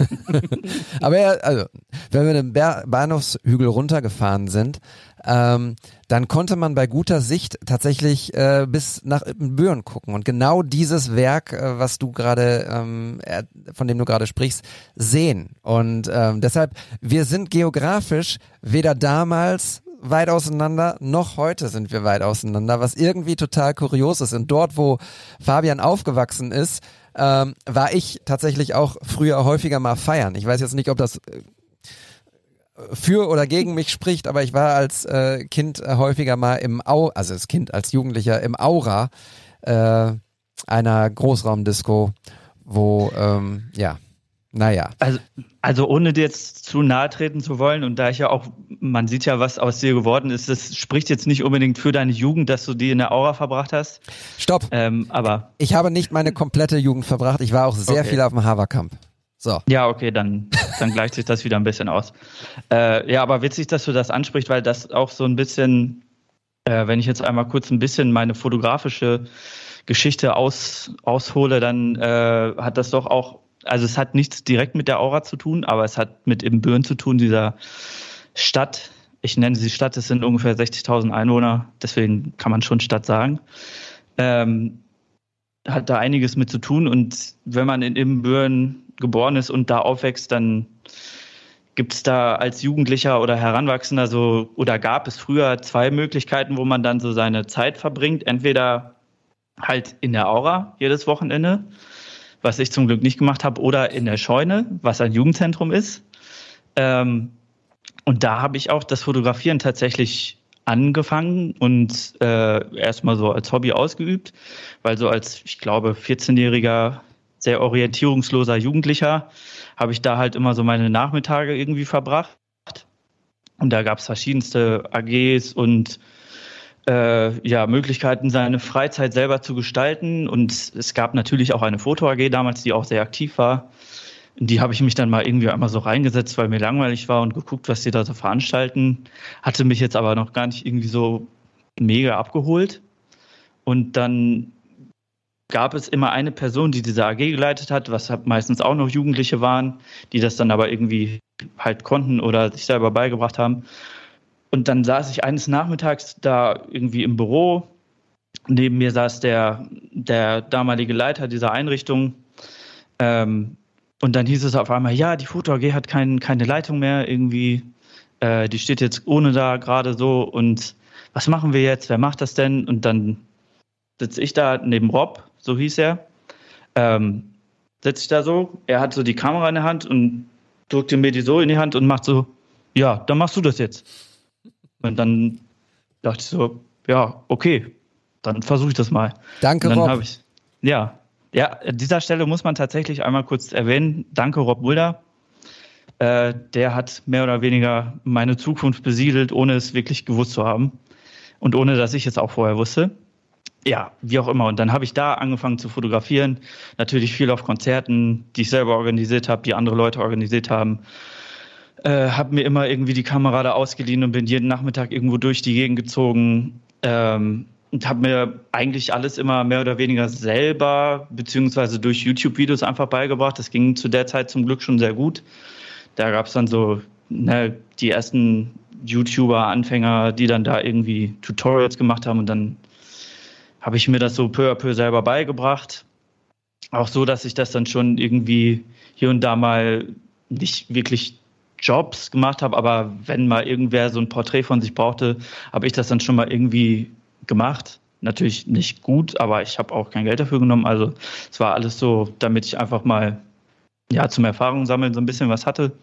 Aber wenn wir den Bahnhofshügel runtergefahren sind, dann konnte man bei guter Sicht tatsächlich bis nach Ibbenbüren gucken und genau dieses Werk, was du gerade, von dem du gerade sprichst, sehen. Und deshalb, wir sind geografisch weder damals weit auseinander, noch heute sind wir weit auseinander, was irgendwie total kurios ist. Und dort, wo Fabian aufgewachsen ist, war ich tatsächlich auch früher häufiger mal feiern. Ich weiß jetzt nicht, ob das für oder gegen mich spricht, aber ich war als Kind häufiger mal als Jugendlicher im Aura, einer Großraumdisco, wo, Also ohne dir jetzt zu nahe treten zu wollen und da ich ja auch, man sieht ja, was aus dir geworden ist, das spricht jetzt nicht unbedingt für deine Jugend, dass du die in der Aura verbracht hast. Stopp. Aber ich habe nicht meine komplette Jugend verbracht, ich war auch sehr viel auf dem Haverkamp. So. Ja, okay, dann gleicht sich das wieder ein bisschen aus. Ja, aber witzig, dass du das ansprichst, weil das auch so ein bisschen, wenn ich jetzt einmal kurz ein bisschen meine fotografische Geschichte aushole, dann hat das doch auch, also es hat nichts direkt mit der Aura zu tun, aber es hat mit Ibbenbüren zu tun, dieser Stadt. Ich nenne sie Stadt, es sind ungefähr 60.000 Einwohner, deswegen kann man schon Stadt sagen. Hat da einiges mit zu tun und wenn man in Ibbenbüren geboren ist und da aufwächst, dann gibt es da als Jugendlicher oder Heranwachsender oder gab es früher 2 Möglichkeiten, wo man dann so seine Zeit verbringt. Entweder halt in der Aura jedes Wochenende, was ich zum Glück nicht gemacht habe, oder in der Scheune, was ein Jugendzentrum ist. Und da habe ich auch das Fotografieren tatsächlich angefangen und erstmal so als Hobby ausgeübt, weil so als, ich glaube, 14-jähriger, sehr orientierungsloser Jugendlicher habe ich da halt immer so meine Nachmittage irgendwie verbracht. Und da gab es verschiedenste AGs und Möglichkeiten, seine Freizeit selber zu gestalten. Und es gab natürlich auch eine Foto-AG damals, die auch sehr aktiv war. In die habe ich mich dann mal irgendwie einmal so reingesetzt, weil mir langweilig war und geguckt, was die da so veranstalten. Hatte mich jetzt aber noch gar nicht irgendwie so mega abgeholt. Und dann gab es immer eine Person, die diese AG geleitet hat, was meistens auch noch Jugendliche waren, die das dann aber irgendwie halt konnten oder sich selber beigebracht haben. Und dann saß ich eines Nachmittags da irgendwie im Büro. Neben mir saß der damalige Leiter dieser Einrichtung. Und dann hieß es auf einmal, ja, die Foto AG hat keine Leitung mehr irgendwie. Die steht jetzt ohne da gerade so. Und was machen wir jetzt? Wer macht das denn? Und dann sitze ich da neben Rob, so hieß er. Sitze ich da so. Er hat so die Kamera in der Hand und drückte mir die so in die Hand und macht so, ja, dann machst du das jetzt. Und dann dachte ich so, ja, okay, dann versuche ich das mal. Danke, und dann Rob. Ja, an dieser Stelle muss man tatsächlich einmal kurz erwähnen, danke Rob Mulder. Der hat mehr oder weniger meine Zukunft besiedelt, ohne es wirklich gewusst zu haben. Und ohne, dass ich es auch vorher wusste. Ja, wie auch immer. Und dann habe ich da angefangen zu fotografieren. Natürlich viel auf Konzerten, die ich selber organisiert habe, die andere Leute organisiert haben. Habe mir immer irgendwie die Kamera da ausgeliehen und bin jeden Nachmittag irgendwo durch die Gegend gezogen. Und habe mir eigentlich alles immer mehr oder weniger selber, beziehungsweise durch YouTube-Videos einfach beigebracht. Das ging zu der Zeit zum Glück schon sehr gut. Da gab es dann so die ersten YouTuber, Anfänger, die dann da irgendwie Tutorials gemacht haben und dann habe ich mir das so peu à peu selber beigebracht. Auch so, dass ich das dann schon irgendwie hier und da mal nicht wirklich Jobs gemacht habe, aber wenn mal irgendwer so ein Porträt von sich brauchte, habe ich das dann schon mal irgendwie gemacht. Natürlich nicht gut, aber ich habe auch kein Geld dafür genommen. Also es war alles so, damit ich einfach mal zum Erfahrung sammeln so ein bisschen was hatte.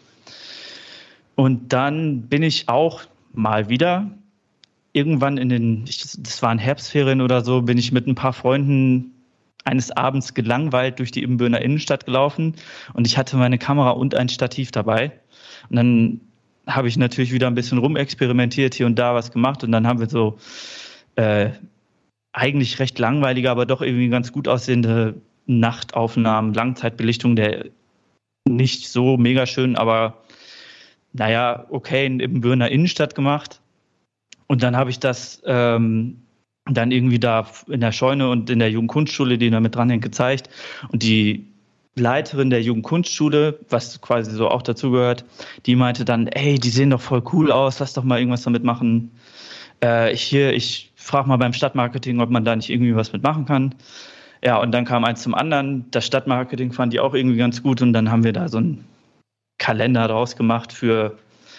Und dann bin ich auch mal wieder irgendwann das waren Herbstferien oder so, bin ich mit ein paar Freunden eines Abends gelangweilt durch die Ibbenbürener Innenstadt gelaufen und ich hatte meine Kamera und ein Stativ dabei. Und dann habe ich natürlich wieder ein bisschen rumexperimentiert, hier und da was gemacht und dann haben wir so eigentlich recht langweilige, aber doch irgendwie ganz gut aussehende Nachtaufnahmen, Langzeitbelichtung, der nicht so mega schön, aber okay, in Ibbenbürener Innenstadt gemacht. Und dann habe ich das dann irgendwie da in der Scheune und in der Jugendkunstschule, die da mit dranhängt, gezeigt. Und die Leiterin der Jugendkunstschule, was quasi so auch dazugehört, die meinte dann, ey, die sehen doch voll cool aus, lass doch mal irgendwas damit machen. Ich frage mal beim Stadtmarketing, ob man da nicht irgendwie was mitmachen kann. Ja, und dann kam eins zum anderen. Das Stadtmarketing fand die auch irgendwie ganz gut und dann haben wir da so einen Kalender draus gemacht für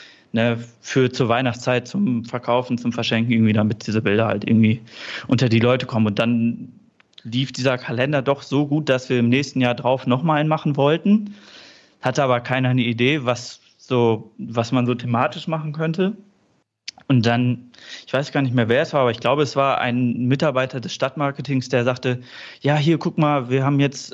zur Weihnachtszeit, zum Verkaufen, zum Verschenken, irgendwie, damit diese Bilder halt irgendwie unter die Leute kommen. Und dann lief dieser Kalender doch so gut, dass wir im nächsten Jahr drauf nochmal einen machen wollten. Hatte aber keiner eine Idee, was man so thematisch machen könnte. Und dann, ich weiß gar nicht mehr, wer es war, aber ich glaube, es war ein Mitarbeiter des Stadtmarketings, der sagte, ja, hier, guck mal, wir haben jetzt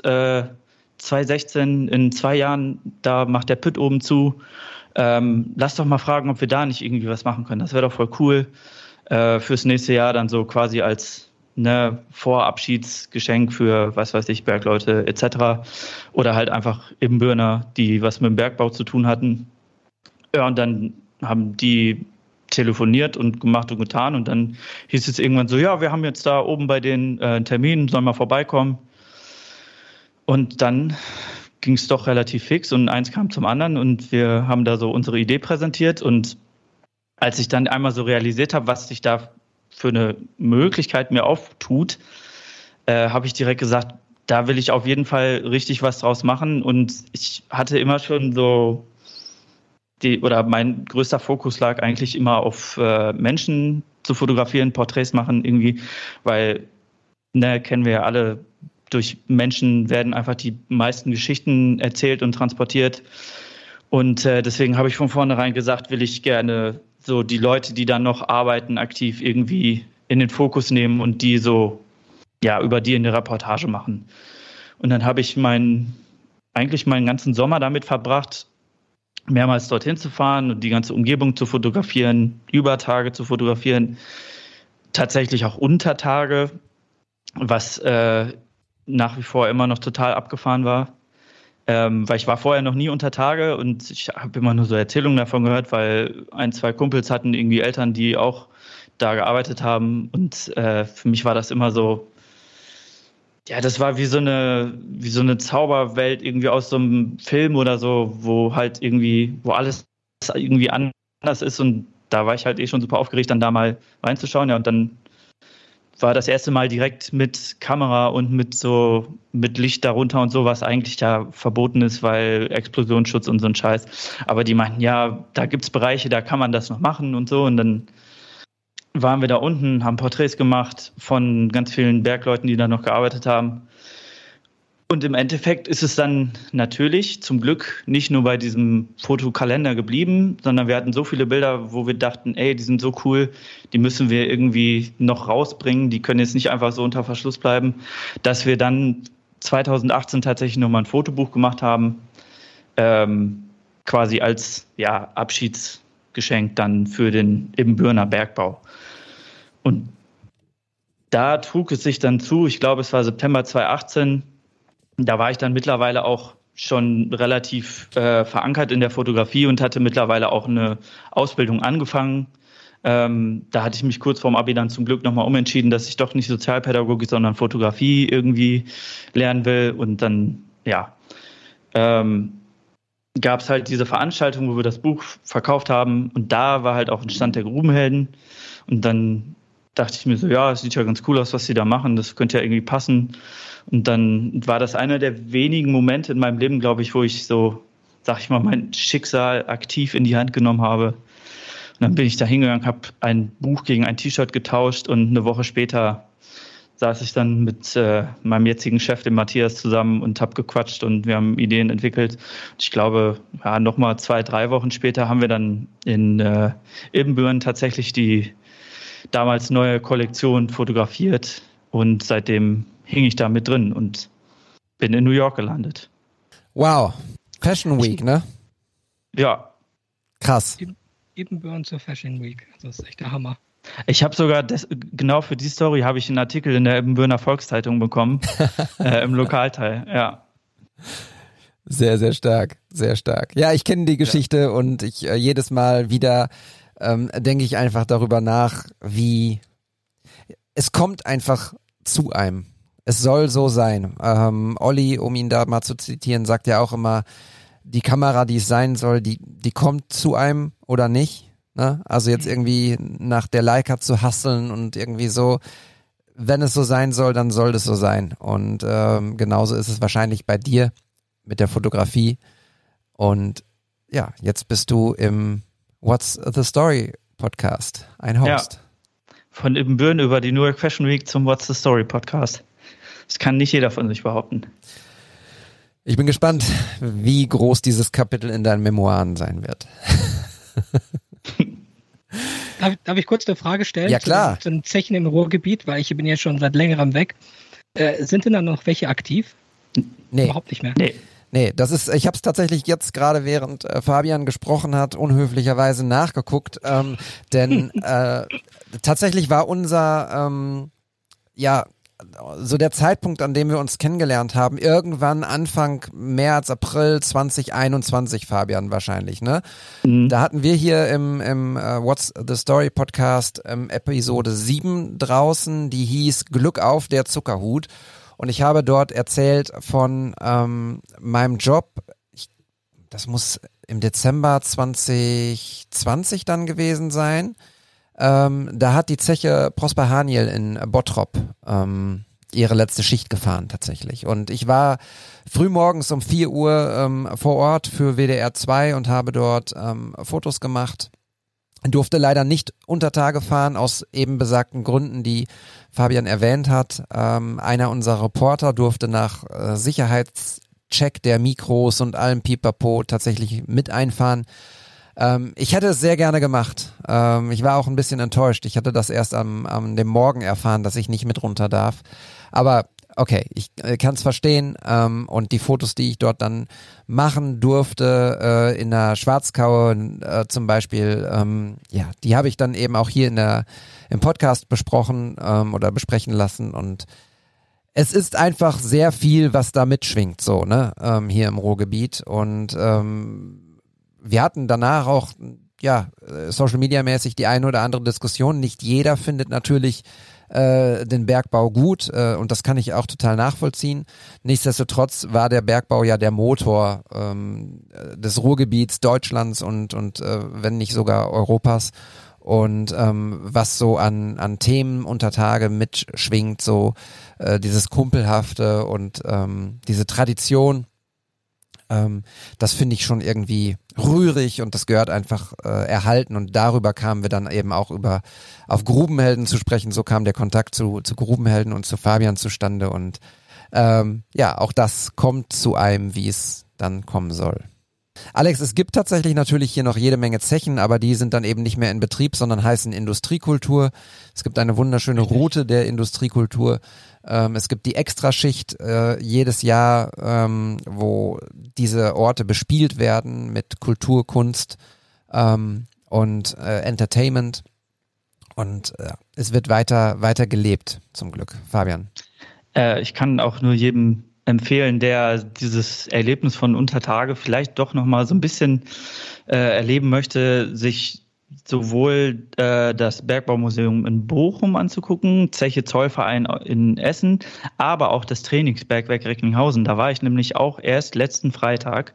2016, in 2 Jahren, da macht der Pütt oben zu. Lass doch mal fragen, ob wir da nicht irgendwie was machen können. Das wäre doch voll cool fürs nächste Jahr dann so quasi als Vorabschiedsgeschenk für, was weiß ich, Bergleute etc. Oder halt einfach Ibbenbürener, die was mit dem Bergbau zu tun hatten. Ja, und dann haben die telefoniert und gemacht und getan und dann hieß es irgendwann so, ja, wir haben jetzt da oben bei den Terminen, sollen wir vorbeikommen. Und dann ging es doch relativ fix und eins kam zum anderen und wir haben da so unsere Idee präsentiert und als ich dann einmal so realisiert habe, was sich da für eine Möglichkeit mir auftut, habe ich direkt gesagt, da will ich auf jeden Fall richtig was draus machen und ich hatte immer schon so mein größter Fokus lag eigentlich immer auf Menschen zu fotografieren, Porträts machen irgendwie, weil, kennen wir ja alle, durch Menschen werden einfach die meisten Geschichten erzählt und transportiert. Und deswegen habe ich von vornherein gesagt, will ich gerne so die Leute, die dann noch arbeiten, aktiv irgendwie in den Fokus nehmen und die so, über die in der Reportage machen. Und dann habe ich meinen ganzen Sommer damit verbracht, mehrmals dorthin zu fahren und die ganze Umgebung zu fotografieren, über Tage zu fotografieren, tatsächlich auch unter Tage, was nach wie vor immer noch total abgefahren war, weil ich war vorher noch nie unter Tage und ich habe immer nur so Erzählungen davon gehört, weil 1, 2 Kumpels hatten irgendwie Eltern, die auch da gearbeitet haben und für mich war das immer so, das war wie so eine Zauberwelt irgendwie aus so einem Film oder so, wo alles irgendwie anders ist und da war ich halt schon super aufgeregt, dann da mal reinzuschauen, und dann war das erste Mal direkt mit Kamera und mit Licht darunter und so, was eigentlich ja verboten ist, weil Explosionsschutz und so ein Scheiß. Aber die meinten, da gibt's Bereiche, da kann man das noch machen und so. Und dann waren wir da unten, haben Porträts gemacht von ganz vielen Bergleuten, die da noch gearbeitet haben. Und im Endeffekt ist es dann natürlich zum Glück nicht nur bei diesem Fotokalender geblieben, sondern wir hatten so viele Bilder, wo wir dachten, die sind so cool, die müssen wir irgendwie noch rausbringen, die können jetzt nicht einfach so unter Verschluss bleiben, dass wir dann 2018 tatsächlich nochmal ein Fotobuch gemacht haben, quasi als Abschiedsgeschenk dann für den Ibbenbürener Bergbau. Und da trug es sich dann zu, ich glaube, es war September 2018, da war ich dann mittlerweile auch schon relativ verankert in der Fotografie und hatte mittlerweile auch eine Ausbildung angefangen. Da hatte ich mich kurz vorm Abi dann zum Glück nochmal umentschieden, dass ich doch nicht Sozialpädagogik, sondern Fotografie irgendwie lernen will. Und dann, gab es halt diese Veranstaltung, wo wir das Buch verkauft haben. Und da war halt auch ein Stand der Grubenhelden. Und dann dachte ich mir so, ja, es sieht ja ganz cool aus, was sie da machen. Das könnte ja irgendwie passen. Und dann war das einer der wenigen Momente in meinem Leben, glaube ich, wo ich so, sag ich mal, mein Schicksal aktiv in die Hand genommen habe. Und dann bin ich da hingegangen, habe ein Buch gegen ein T-Shirt getauscht und eine Woche später saß ich dann mit meinem jetzigen Chef, dem Matthias, zusammen und habe gequatscht und wir haben Ideen entwickelt. Und ich glaube, nochmal 2-3 Wochen später haben wir dann in Ibbenbüren tatsächlich die damals neue Kollektion fotografiert und seitdem hing ich da mit drin und bin in New York gelandet. Wow, Fashion Week, ne? Ja. Krass. Ibbenbüren zur Fashion Week, das ist echt der Hammer. Ich habe sogar, genau für die Story habe ich einen Artikel in der Ibbenbürener Volkszeitung bekommen, im Lokalteil, ja. Sehr, sehr stark, sehr stark. Ja, ich kenne die Geschichte und ich jedes Mal wieder denke ich einfach darüber nach, wie es kommt einfach zu einem. Es soll so sein. Olli, um ihn da mal zu zitieren, sagt ja auch immer, die Kamera, die es sein soll, die kommt zu einem oder nicht. Ne? Also jetzt irgendwie nach der Leica zu hustlen und irgendwie so, wenn es so sein soll, dann soll es so sein. Und genauso ist es wahrscheinlich bei dir mit der Fotografie. Und ja, jetzt bist du im What's the Story Podcast, ein Host. Ja. Von Ibbenbüren über die New York Fashion Week zum What's the Story Podcast. Das kann nicht jeder von sich behaupten. Ich bin gespannt, wie groß dieses Kapitel in deinen Memoiren sein wird. Darf ich kurz eine Frage stellen? Ja, klar. Zu den Zechen im Ruhrgebiet, weil ich bin ja schon seit längerem weg. Sind denn da noch welche aktiv? Nee. Überhaupt nicht mehr? Nee, ich habe es tatsächlich jetzt gerade während Fabian gesprochen hat, unhöflicherweise nachgeguckt, denn tatsächlich war unser, so der Zeitpunkt, an dem wir uns kennengelernt haben, irgendwann Anfang März, April 2021, Fabian, wahrscheinlich, ne? Mhm. Da hatten wir hier im What's the Story Podcast Episode 7 draußen, die hieß Glück auf, der Zuckerhut. Und ich habe dort erzählt von meinem Job, das muss im Dezember 2020 dann gewesen sein. Da hat die Zeche Prosper Haniel in Bottrop ihre letzte Schicht gefahren tatsächlich. Und ich war frühmorgens um 4 Uhr vor Ort für WDR 2 und habe dort Fotos gemacht. Durfte leider nicht unter Tage fahren, aus eben besagten Gründen, die Fabian erwähnt hat. Einer unserer Reporter durfte nach Sicherheitscheck der Mikros und allem Pipapo tatsächlich mit einfahren. Ich hätte es sehr gerne gemacht. Ich war auch ein bisschen enttäuscht. Ich hatte das erst am dem Morgen erfahren, dass ich nicht mit runter darf. Aber okay, ich kann es verstehen. Und die Fotos, die ich dort dann machen durfte, in der Schwarzkaue zum Beispiel, die habe ich dann eben auch hier im Podcast besprochen oder besprechen lassen. Und es ist einfach sehr viel, was da mitschwingt, so, ne, hier im Ruhrgebiet. Und wir hatten danach auch, Social Media mäßig die eine oder andere Diskussion. Nicht jeder findet natürlich den Bergbau gut und das kann ich auch total nachvollziehen. Nichtsdestotrotz war der Bergbau ja der Motor des Ruhrgebiets Deutschlands und wenn nicht sogar Europas. Und was so an Themen unter Tage mitschwingt, so dieses Kumpelhafte und diese Tradition, das finde ich schon irgendwie rührig und das gehört einfach erhalten und darüber kamen wir dann eben auch auf Grubenhelden zu sprechen, so kam der Kontakt zu Grubenhelden und zu Fabian zustande und auch das kommt zu einem, wie es dann kommen soll. Alex, es gibt tatsächlich natürlich hier noch jede Menge Zechen, aber die sind dann eben nicht mehr in Betrieb, sondern heißen Industriekultur. Es gibt eine wunderschöne Route der Industriekultur. Es gibt die Extraschicht jedes Jahr, wo diese Orte bespielt werden mit Kultur, Kunst und Entertainment. Und es wird weiter gelebt, zum Glück. Fabian. Ich kann auch nur jedem empfehlen, der dieses Erlebnis von Untertage vielleicht doch nochmal so ein bisschen erleben möchte, sich sowohl das Bergbaumuseum in Bochum anzugucken, Zeche Zollverein in Essen, aber auch das Trainingsbergwerk Recklinghausen. Da war ich nämlich auch erst letzten Freitag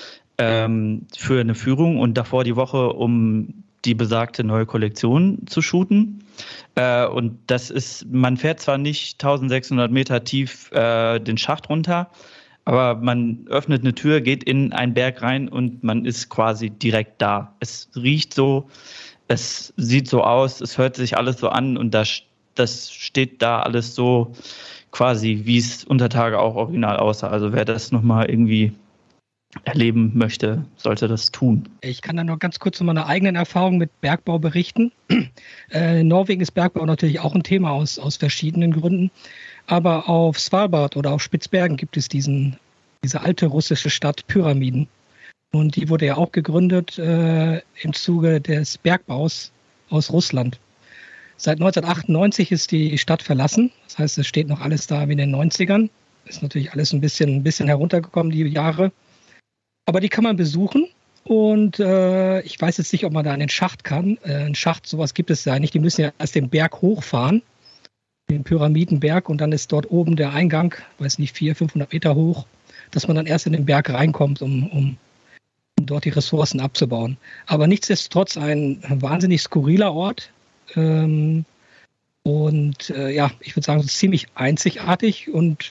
für eine Führung und davor die Woche, um die besagte neue Kollektion zu shooten. Und das ist, man fährt zwar nicht 1600 Meter tief den Schacht runter, aber man öffnet eine Tür, geht in einen Berg rein und man ist quasi direkt da. Es riecht so, es sieht so aus, es hört sich alles so an und das steht da alles so quasi, wie es unter Tage auch original aussah. Also wer das nochmal irgendwie erleben möchte, sollte das tun. Ich kann da noch ganz kurz zu meiner eigenen Erfahrung mit Bergbau berichten. In Norwegen ist Bergbau natürlich auch ein Thema aus verschiedenen Gründen. Aber auf Svalbard oder auf Spitzbergen gibt es diese alte russische Stadt Pyramiden. Und die wurde ja auch gegründet im Zuge des Bergbaus aus Russland. Seit 1998 ist die Stadt verlassen. Das heißt, es steht noch alles da wie in den 90ern. Ist natürlich alles ein bisschen heruntergekommen, die Jahre. Aber die kann man besuchen. Und ich weiß jetzt nicht, ob man da in den Schacht kann. Ein Schacht, sowas gibt es ja nicht. Die müssen ja erst den Berg hochfahren, den Pyramidenberg. Und dann ist dort oben der Eingang, weiß nicht, 400-500 Meter hoch, dass man dann erst in den Berg reinkommt, um dort die Ressourcen abzubauen. Aber nichtsdestotrotz ein wahnsinnig skurriler Ort. Und ich würde sagen, so ziemlich einzigartig und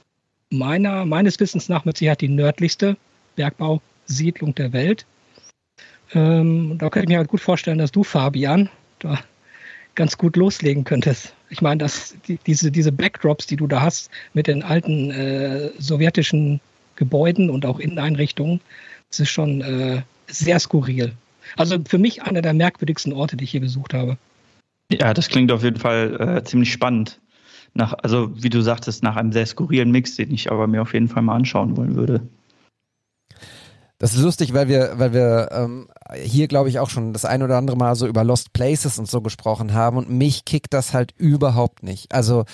meines Wissens nach mit Sicherheit die nördlichste Bergbausiedlung der Welt. Da könnte ich mir halt gut vorstellen, dass du, Fabian, da ganz gut loslegen könntest. Ich meine, dass diese Backdrops, die du da hast, mit den alten sowjetischen Gebäuden und auch Inneneinrichtungen, das ist schon sehr skurril. Also für mich einer der merkwürdigsten Orte, die ich hier besucht habe. Ja, das klingt auf jeden Fall ziemlich spannend. Also wie du sagtest, nach einem sehr skurrilen Mix, den ich aber mir auf jeden Fall mal anschauen wollen würde. Das ist lustig, weil wir hier, glaube ich, auch schon das ein oder andere Mal so über Lost Places und so gesprochen haben und mich kickt das halt überhaupt nicht. Also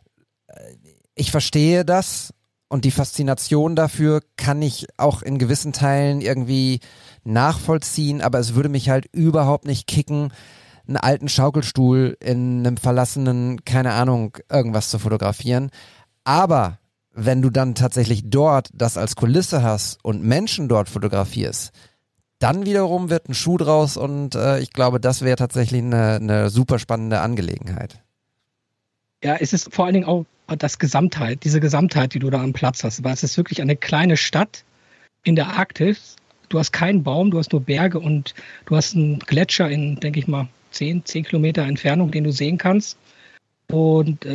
ich verstehe das und die Faszination dafür kann ich auch in gewissen Teilen irgendwie nachvollziehen, aber es würde mich halt überhaupt nicht kicken, einen alten Schaukelstuhl in einem verlassenen, keine Ahnung, irgendwas zu fotografieren. Aber wenn du dann tatsächlich dort das als Kulisse hast und Menschen dort fotografierst, dann wiederum wird ein Schuh draus und ich glaube, das wäre tatsächlich eine super spannende Angelegenheit. Ja, es ist vor allen Dingen auch diese Gesamtheit, die du da am Platz hast, weil es ist wirklich eine kleine Stadt in der Arktis. Du hast keinen Baum, du hast nur Berge und du hast einen Gletscher in, denke ich mal, 10 Kilometer Entfernung, den du sehen kannst. Und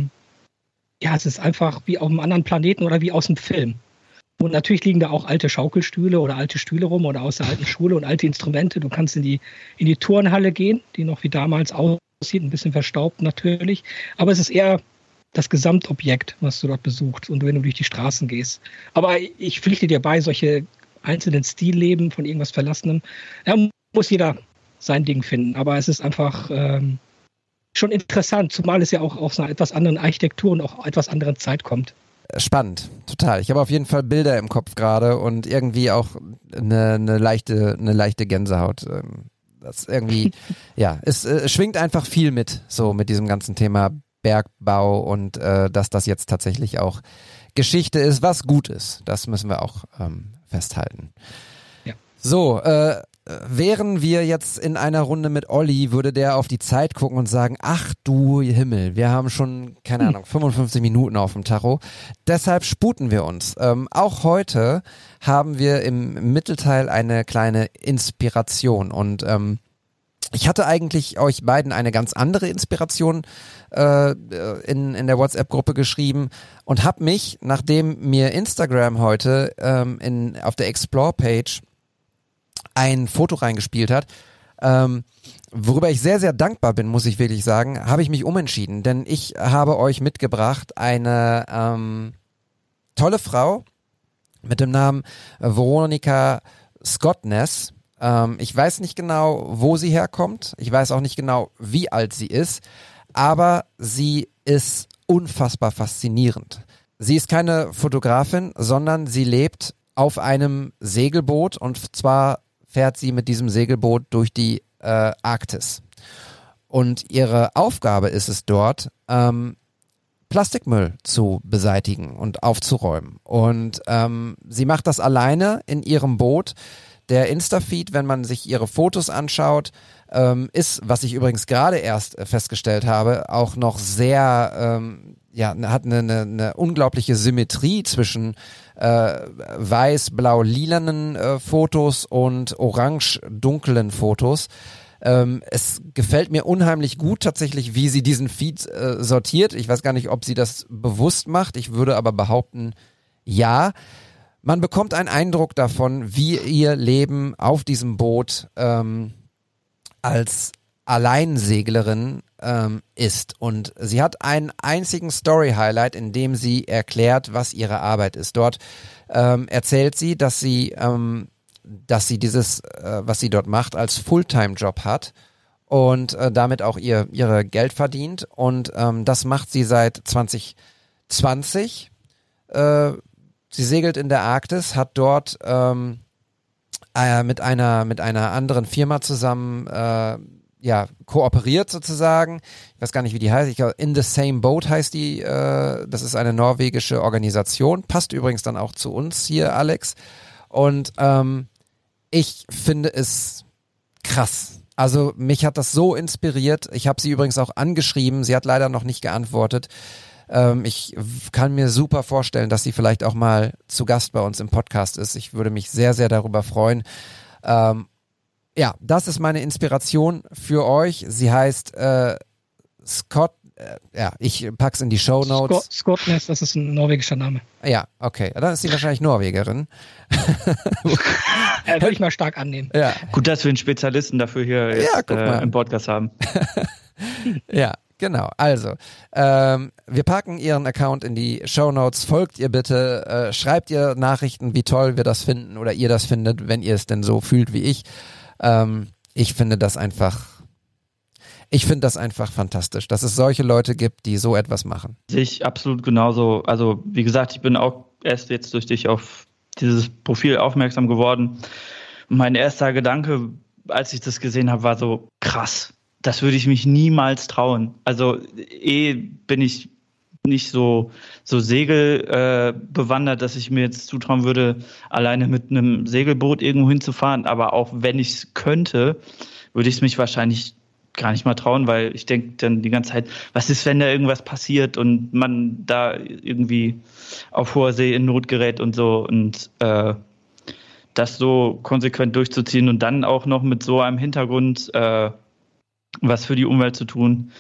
es ist einfach wie auf einem anderen Planeten oder wie aus einem Film. Und natürlich liegen da auch alte Schaukelstühle oder alte Stühle rum oder aus der alten Schule und alte Instrumente. Du kannst in die Turnhalle gehen, die noch wie damals aussieht, ein bisschen verstaubt natürlich. Aber es ist eher das Gesamtobjekt, was du dort besuchst und wenn du durch die Straßen gehst. Aber ich pflichte dir bei, solche einzelnen Stilleben von irgendwas Verlassenem, muss jeder sein Ding finden. Aber es ist einfach schon interessant, zumal es ja auch aus einer etwas anderen Architektur und auch etwas anderen Zeit kommt. Spannend, total. Ich habe auf jeden Fall Bilder im Kopf gerade und irgendwie auch eine leichte Gänsehaut. Das irgendwie, es schwingt einfach viel mit diesem ganzen Thema Bergbau und dass das jetzt tatsächlich auch Geschichte ist, was gut ist. Das müssen wir auch festhalten. Ja. So, wären wir jetzt in einer Runde mit Olli, würde der auf die Zeit gucken und sagen, ach du Himmel, wir haben schon, keine Ahnung, 55 Minuten auf dem Tacho. Deshalb sputen wir uns. Auch heute haben wir im Mittelteil eine kleine Inspiration und ich hatte eigentlich euch beiden eine ganz andere Inspiration in der WhatsApp-Gruppe geschrieben und habe mich, nachdem mir Instagram heute auf der Explore-Page ein Foto reingespielt hat, worüber ich sehr, sehr dankbar bin, muss ich wirklich sagen, habe ich mich umentschieden, denn ich habe euch mitgebracht eine tolle Frau mit dem Namen Veronica Scottness. Ich weiß nicht genau, wo sie herkommt. Ich weiß auch nicht genau, wie alt sie ist. Aber sie ist unfassbar faszinierend. Sie ist keine Fotografin, sondern sie lebt auf einem Segelboot und zwar fährt sie mit diesem Segelboot durch die Arktis. Und ihre Aufgabe ist es dort, Plastikmüll zu beseitigen und aufzuräumen. Und sie macht das alleine in ihrem Boot. Der Insta-Feed, wenn man sich ihre Fotos anschaut, ist, was ich übrigens gerade erst festgestellt habe, auch noch sehr, hat eine unglaubliche Symmetrie zwischen weiß, blau, lilanen Fotos und orange, dunklen Fotos. Es gefällt mir unheimlich gut tatsächlich, wie sie diesen Feed sortiert. Ich weiß gar nicht, ob sie das bewusst macht. Ich würde aber behaupten, ja. Man bekommt einen Eindruck davon, wie ihr Leben auf diesem Boot als Alleinseglerin ist. Und sie hat einen einzigen Story-Highlight, in dem sie erklärt, was ihre Arbeit ist. Dort erzählt sie, dass sie dieses, was sie dort macht, als Fulltime-Job hat und damit auch ihre Geld verdient. Und das macht sie seit 2020. Sie segelt in der Arktis, hat dort mit einer anderen Firma zusammen kooperiert sozusagen. Ich weiß gar nicht, wie die heißt. Ich glaube, In the Same Boat heißt die. Das ist eine norwegische Organisation. Passt übrigens dann auch zu uns hier, Alex. Und ich finde es krass. Also mich hat das so inspiriert. Ich habe sie übrigens auch angeschrieben. Sie hat leider noch nicht geantwortet. Ich kann mir super vorstellen, dass sie vielleicht auch mal zu Gast bei uns im Podcast ist. Ich würde mich sehr, sehr darüber freuen. Das ist meine Inspiration für euch. Sie heißt Scott. Ich pack's in die Shownotes. Scottness, das ist ein norwegischer Name. Ja, okay. Dann ist sie wahrscheinlich Norwegerin. Würde ich mal stark annehmen. Ja. Gut, dass wir einen Spezialisten dafür hier jetzt, im Podcast haben. Ja. Genau, also wir packen ihren Account in die Shownotes, folgt ihr bitte, schreibt ihr Nachrichten, wie toll wir das finden oder ihr das findet, wenn ihr es denn so fühlt wie ich. Ich finde das einfach fantastisch, dass es solche Leute gibt, die so etwas machen. Sehe ich absolut genauso. Also wie gesagt, ich bin auch erst jetzt durch dich auf dieses Profil aufmerksam geworden. Mein erster Gedanke, als ich das gesehen habe, war so krass. Das würde ich mich niemals trauen. Also bin ich nicht so segelbewandert, dass ich mir jetzt zutrauen würde, alleine mit einem Segelboot irgendwo hinzufahren. Aber auch wenn ich es könnte, würde ich es mich wahrscheinlich gar nicht mal trauen, weil ich denke dann die ganze Zeit, was ist, wenn da irgendwas passiert und man da irgendwie auf hoher See in Not gerät und so. Und das so konsequent durchzuziehen und dann auch noch mit so einem Hintergrund was für die Umwelt zu tun,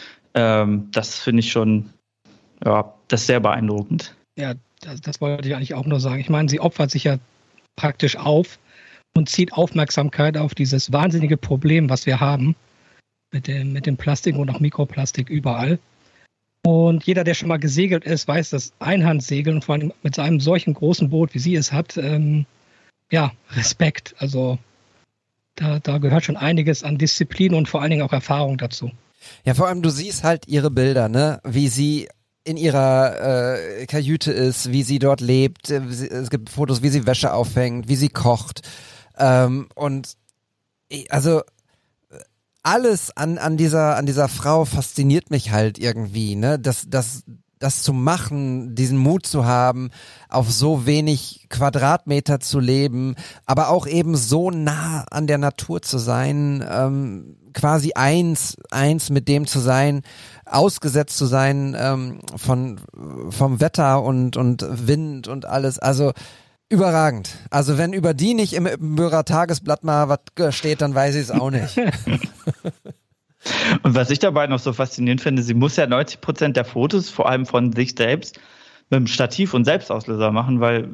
das finde ich schon, das ist sehr beeindruckend. Ja, das wollte ich eigentlich auch nur sagen. Ich meine, sie opfert sich ja praktisch auf und zieht Aufmerksamkeit auf dieses wahnsinnige Problem, was wir haben mit dem Plastik und auch Mikroplastik überall. Und jeder, der schon mal gesegelt ist, weiß, dass Einhandsegeln und vor allem mit einem solchen großen Boot, wie sie es hat, Respekt. Also da gehört schon einiges an Disziplin und vor allen Dingen auch Erfahrung dazu. Ja, vor allem du siehst halt ihre Bilder, ne? Wie sie in ihrer Kajüte ist, wie sie dort lebt. Es gibt Fotos, wie sie Wäsche aufhängt, wie sie kocht. Und also alles an dieser Frau fasziniert mich halt irgendwie, ne? Das zu machen, diesen Mut zu haben, auf so wenig Quadratmeter zu leben, aber auch eben so nah an der Natur zu sein, quasi eins mit dem zu sein, ausgesetzt zu sein vom Wetter und Wind und alles. Also überragend. Also wenn über die nicht im Böhrer Tagesblatt mal was steht, dann weiß ich es auch nicht. Und was ich dabei noch so faszinierend finde, sie muss ja 90% der Fotos, vor allem von sich selbst, mit dem Stativ und Selbstauslöser machen, weil,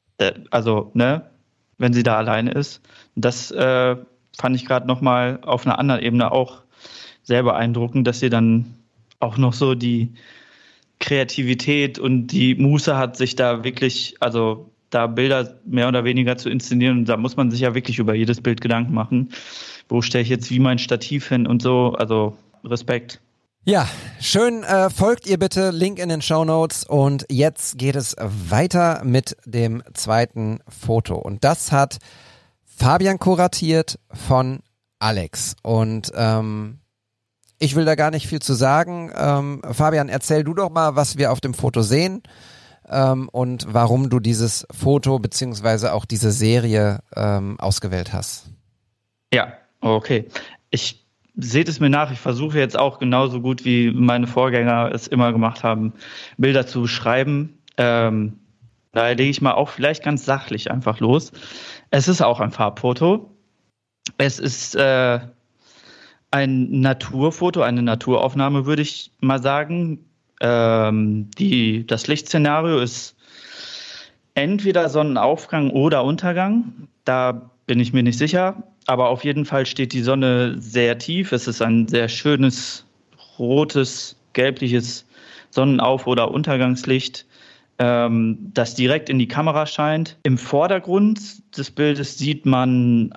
wenn sie da alleine ist. Das fand ich gerade nochmal auf einer anderen Ebene auch sehr beeindruckend, dass sie dann auch noch so die Kreativität und die Muße hat, sich da wirklich, da Bilder mehr oder weniger zu inszenieren. Und da muss man sich ja wirklich über jedes Bild Gedanken machen. Wo stelle ich jetzt wie mein Stativ hin und so. Also Respekt. Ja, schön, folgt ihr bitte, Link in den Shownotes, und jetzt geht es weiter mit dem zweiten Foto, und das hat Fabian kuratiert von Alex, und ich will da gar nicht viel zu sagen. Fabian, erzähl du doch mal, was wir auf dem Foto sehen und warum du dieses Foto beziehungsweise auch diese Serie ausgewählt hast. Ja, okay. Seht es mir nach, ich versuche jetzt auch genauso gut wie meine Vorgänger es immer gemacht haben, Bilder zu beschreiben. Daher lege ich mal auch vielleicht ganz sachlich einfach los. Es ist auch ein Farbfoto. Es ist ein Naturfoto, eine Naturaufnahme, würde ich mal sagen. Das Lichtszenario ist entweder Sonnenaufgang oder Untergang. Da bin ich mir nicht sicher. Aber auf jeden Fall steht die Sonne sehr tief. Es ist ein sehr schönes, rotes, gelbliches Sonnenauf- oder Untergangslicht, das direkt in die Kamera scheint. Im Vordergrund des Bildes sieht man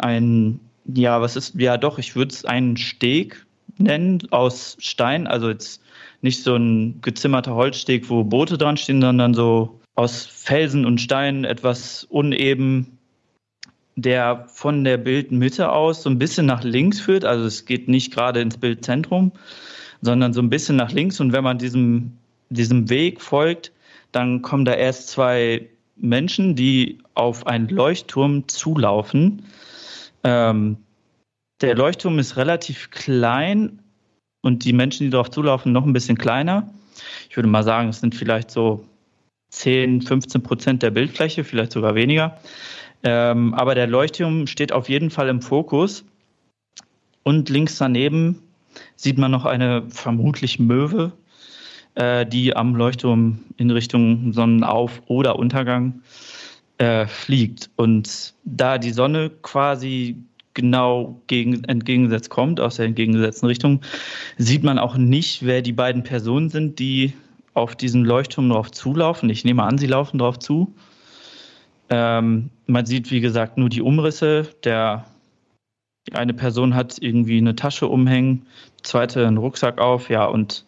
ich würde es einen Steg nennen aus Stein. Also jetzt nicht so ein gezimmerter Holzsteg, wo Boote dran stehen, sondern so aus Felsen und Steinen, etwas uneben, der von der Bildmitte aus so ein bisschen nach links führt. Also es geht nicht gerade ins Bildzentrum, sondern so ein bisschen nach links. Und wenn man diesem Weg folgt, dann kommen da erst zwei Menschen, die auf einen Leuchtturm zulaufen. Der Leuchtturm ist relativ klein und die Menschen, die darauf zulaufen, noch ein bisschen kleiner. Ich würde mal sagen, es sind vielleicht so 10-15% der Bildfläche, vielleicht sogar weniger. Aber der Leuchtturm steht auf jeden Fall im Fokus. Und links daneben sieht man noch eine vermutlich Möwe, die am Leuchtturm in Richtung Sonnenauf- oder Untergang fliegt. Und da die Sonne quasi genau entgegengesetzt kommt, aus der entgegengesetzten Richtung, sieht man auch nicht, wer die beiden Personen sind, die auf diesen Leuchtturm drauf zulaufen. Ich nehme an, sie laufen drauf zu. Man sieht, wie gesagt, nur die Umrisse. Die eine Person hat irgendwie eine Tasche umhängen, die zweite einen Rucksack auf, ja, und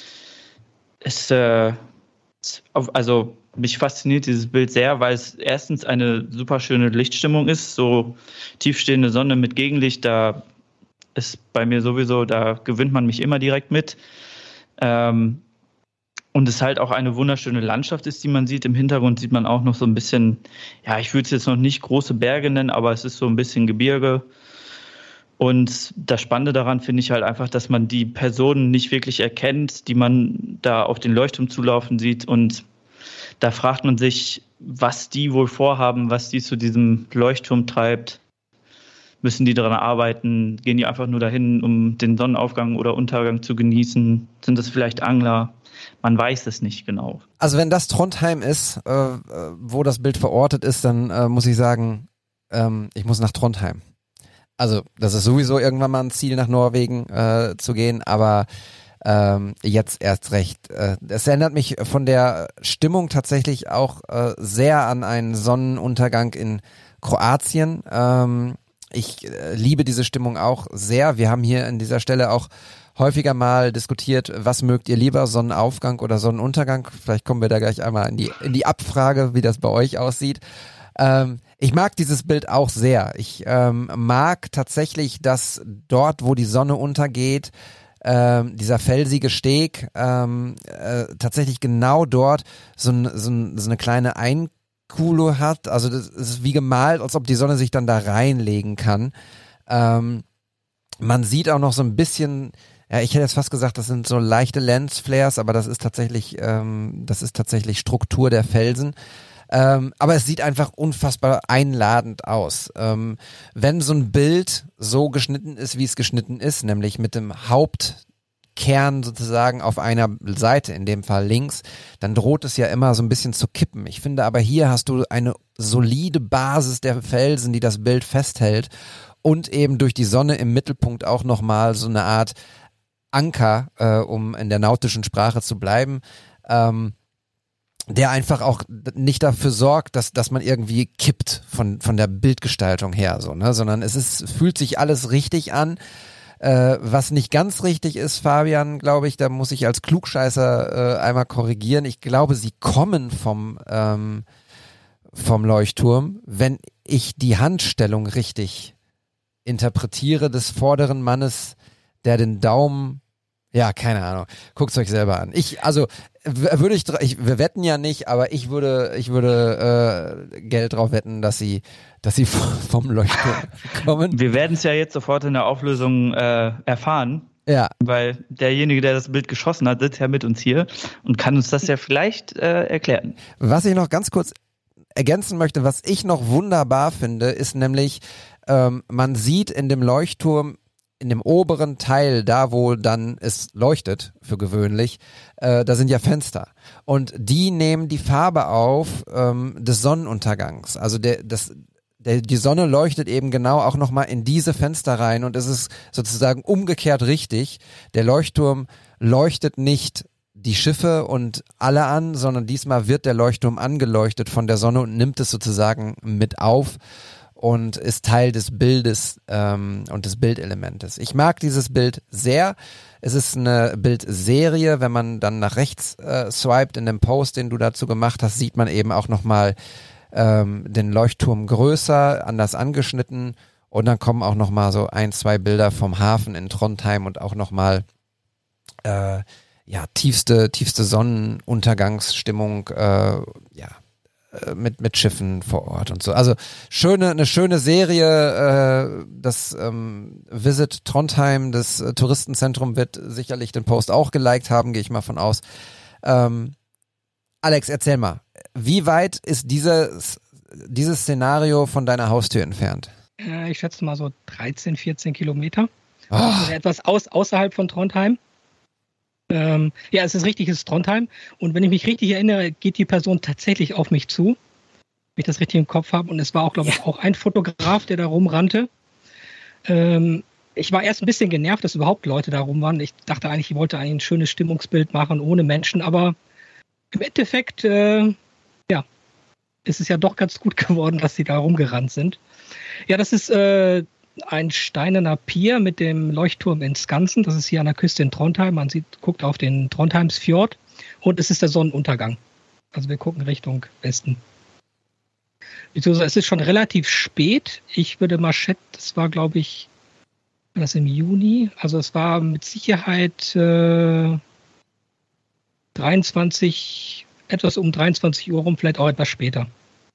mich fasziniert dieses Bild sehr, weil es erstens eine super schöne Lichtstimmung ist, so tiefstehende Sonne mit Gegenlicht, da ist bei mir sowieso, da gewinnt man mich immer direkt mit. Und es halt auch eine wunderschöne Landschaft ist, die man sieht. Im Hintergrund sieht man auch noch so ein bisschen, ja, ich würde es jetzt noch nicht große Berge nennen, aber es ist so ein bisschen Gebirge. Und das Spannende daran finde ich halt einfach, dass man die Personen nicht wirklich erkennt, die man da auf den Leuchtturm zulaufen sieht. Und da fragt man sich, was die wohl vorhaben, was die zu diesem Leuchtturm treibt. Müssen die daran arbeiten? Gehen die einfach nur dahin, um den Sonnenaufgang oder Untergang zu genießen? Sind das vielleicht Angler? Man weiß es nicht genau. Also wenn das Trondheim ist, wo das Bild verortet ist, dann muss ich sagen, ich muss nach Trondheim. Also das ist sowieso irgendwann mal ein Ziel, nach Norwegen zu gehen, aber jetzt erst recht. Es erinnert mich von der Stimmung tatsächlich auch sehr an einen Sonnenuntergang in Kroatien. Ich liebe diese Stimmung auch sehr. Wir haben hier an dieser Stelle auch häufiger mal diskutiert, was mögt ihr lieber, Sonnenaufgang oder Sonnenuntergang? Vielleicht kommen wir da gleich einmal in die Abfrage, wie das bei euch aussieht. Ich mag dieses Bild auch sehr. Ich mag tatsächlich, dass dort, wo die Sonne untergeht, dieser felsige Steg, tatsächlich genau dort so eine kleine Einkuhle hat. Also das ist wie gemalt, als ob die Sonne sich dann da reinlegen kann. Man sieht auch noch so ein bisschen, ja, ich hätte jetzt fast gesagt, das sind so leichte Lensflares, aber das ist tatsächlich Struktur der Felsen. Aber es sieht einfach unfassbar einladend aus. Wenn so ein Bild so geschnitten ist, wie es geschnitten ist, nämlich mit dem Hauptkern sozusagen auf einer Seite, in dem Fall links, dann droht es ja immer so ein bisschen zu kippen. Ich finde aber hier hast du eine solide Basis der Felsen, die das Bild festhält und eben durch die Sonne im Mittelpunkt auch nochmal so eine Art Anker, um in der nautischen Sprache zu bleiben. der einfach auch nicht dafür sorgt, dass man irgendwie kippt von der Bildgestaltung her, so, ne, sondern fühlt sich alles richtig an. Was nicht ganz richtig ist, Fabian, glaube ich, da muss ich als Klugscheißer einmal korrigieren. Ich glaube, sie kommen vom Leuchtturm, wenn ich die Handstellung richtig interpretiere des vorderen Mannes, der den Daumen, ja, keine Ahnung, guckt's euch selber an. Wir wetten ja nicht, aber ich würde Geld drauf wetten, dass sie vom Leuchtturm kommen. Wir werden es ja jetzt sofort in der Auflösung erfahren. Ja. Weil derjenige, der das Bild geschossen hat, sitzt ja mit uns hier und kann uns das ja vielleicht erklären. Was ich noch ganz kurz ergänzen möchte, was ich noch wunderbar finde, ist nämlich, man sieht in dem Leuchtturm, in dem oberen Teil, da wo dann es leuchtet, für gewöhnlich, da sind ja Fenster. Und die nehmen die Farbe auf des Sonnenuntergangs. Also die Sonne leuchtet eben genau auch nochmal in diese Fenster rein und es ist sozusagen umgekehrt richtig. Der Leuchtturm leuchtet nicht die Schiffe und alle an, sondern diesmal wird der Leuchtturm angeleuchtet von der Sonne und nimmt es sozusagen mit auf und ist Teil des Bildes und des Bildelementes. Ich mag dieses Bild sehr. Es ist eine Bildserie. Wenn man dann nach rechts swiped in dem Post, den du dazu gemacht hast, sieht man eben auch nochmal den Leuchtturm größer, anders angeschnitten und dann kommen auch nochmal so 1-2 Bilder vom Hafen in Trondheim und auch nochmal tiefste Sonnenuntergangsstimmung, mit Schiffen vor Ort und so. Also eine schöne Serie. Das Visit Trondheim, das Touristenzentrum, wird sicherlich den Post auch geliked haben, gehe ich mal von aus. Alex, erzähl mal, wie weit ist dieses Szenario von deiner Haustür entfernt? Ich schätze mal so 13, 14 Kilometer. Oh. Also etwas außerhalb von Trondheim. Es ist richtig, es ist Trondheim. Und wenn ich mich richtig erinnere, geht die Person tatsächlich auf mich zu, wenn ich das richtig im Kopf habe. Und es war auch, glaube ich, auch ein Fotograf, der da rumrannte. Ich war erst ein bisschen genervt, dass überhaupt Leute da rum waren. Ich dachte eigentlich, ich wollte ein schönes Stimmungsbild machen, ohne Menschen. Aber im Endeffekt, ist es ja doch ganz gut geworden, dass sie da rumgerannt sind. Ja, das ist ein steinerner Pier mit dem Leuchtturm in Skansen. Das ist hier an der Küste in Trondheim. Man guckt auf den Trondheimsfjord und es ist der Sonnenuntergang. Also wir gucken Richtung Westen. Beziehungsweise es ist schon relativ spät. Ich würde mal schätzen, das war, glaube ich, im Juni. Also es war mit Sicherheit etwas um 23 Uhr rum, vielleicht auch etwas später.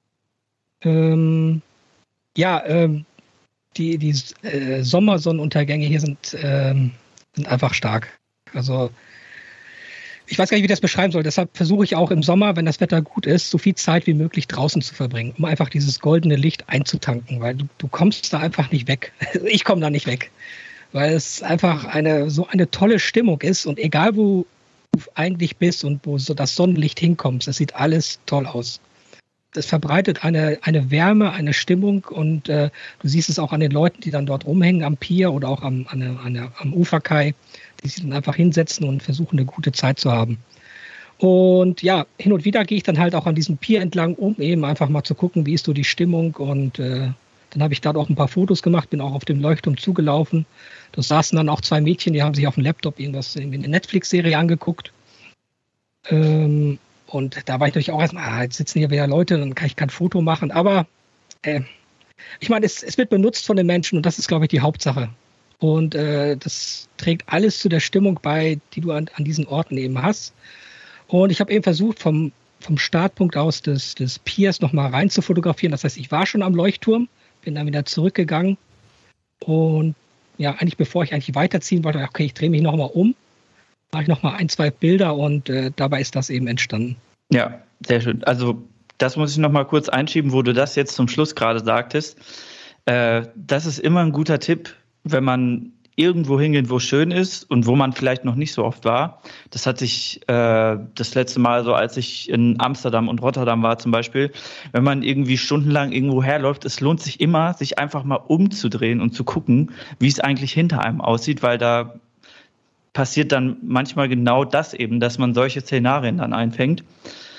Die Sommersonnenuntergänge hier sind einfach stark. Also ich weiß gar nicht, wie ich das beschreiben soll. Deshalb versuche ich auch im Sommer, wenn das Wetter gut ist, so viel Zeit wie möglich draußen zu verbringen, um einfach dieses goldene Licht einzutanken, weil du kommst da einfach nicht weg. Ich komme da nicht weg, weil es einfach so eine tolle Stimmung ist und egal wo du eigentlich bist und wo so das Sonnenlicht hinkommt, es sieht alles toll aus. Das verbreitet eine Wärme, eine Stimmung und du siehst es auch an den Leuten, die dann dort rumhängen am Pier oder auch am Uferkai, die sich dann einfach hinsetzen und versuchen, eine gute Zeit zu haben. Und ja, hin und wieder gehe ich dann halt auch an diesem Pier entlang, um eben einfach mal zu gucken, wie ist so die Stimmung und dann habe ich da auch ein paar Fotos gemacht, bin auch auf dem Leuchtturm zugelaufen. Da saßen dann auch 2 Mädchen, die haben sich auf dem Laptop irgendwas in eine Netflix-Serie angeguckt. Und da war ich natürlich auch erstmal, jetzt sitzen hier wieder Leute, dann kann ich kein Foto machen. Aber ich meine, es wird benutzt von den Menschen und das ist, glaube ich, die Hauptsache. Und das trägt alles zu der Stimmung bei, die du an diesen Orten eben hast. Und ich habe eben versucht, vom Startpunkt aus des Piers nochmal rein zu fotografieren. Das heißt, ich war schon am Leuchtturm, bin dann wieder zurückgegangen. Und ja, eigentlich bevor ich weiterziehen wollte, okay, ich drehe mich nochmal um. Mache ich nochmal 1-2 Bilder und dabei ist das eben entstanden. Ja, sehr schön. Also das muss ich nochmal kurz einschieben, wo du das jetzt zum Schluss gerade sagtest. Das ist immer ein guter Tipp, wenn man irgendwo hingeht, wo es schön ist und wo man vielleicht noch nicht so oft war. Das hatte ich das letzte Mal so, als ich in Amsterdam und Rotterdam war zum Beispiel. Wenn man irgendwie stundenlang irgendwo herläuft, es lohnt sich immer, sich einfach mal umzudrehen und zu gucken, wie es eigentlich hinter einem aussieht, weil da passiert dann manchmal genau das eben, dass man solche Szenarien dann einfängt.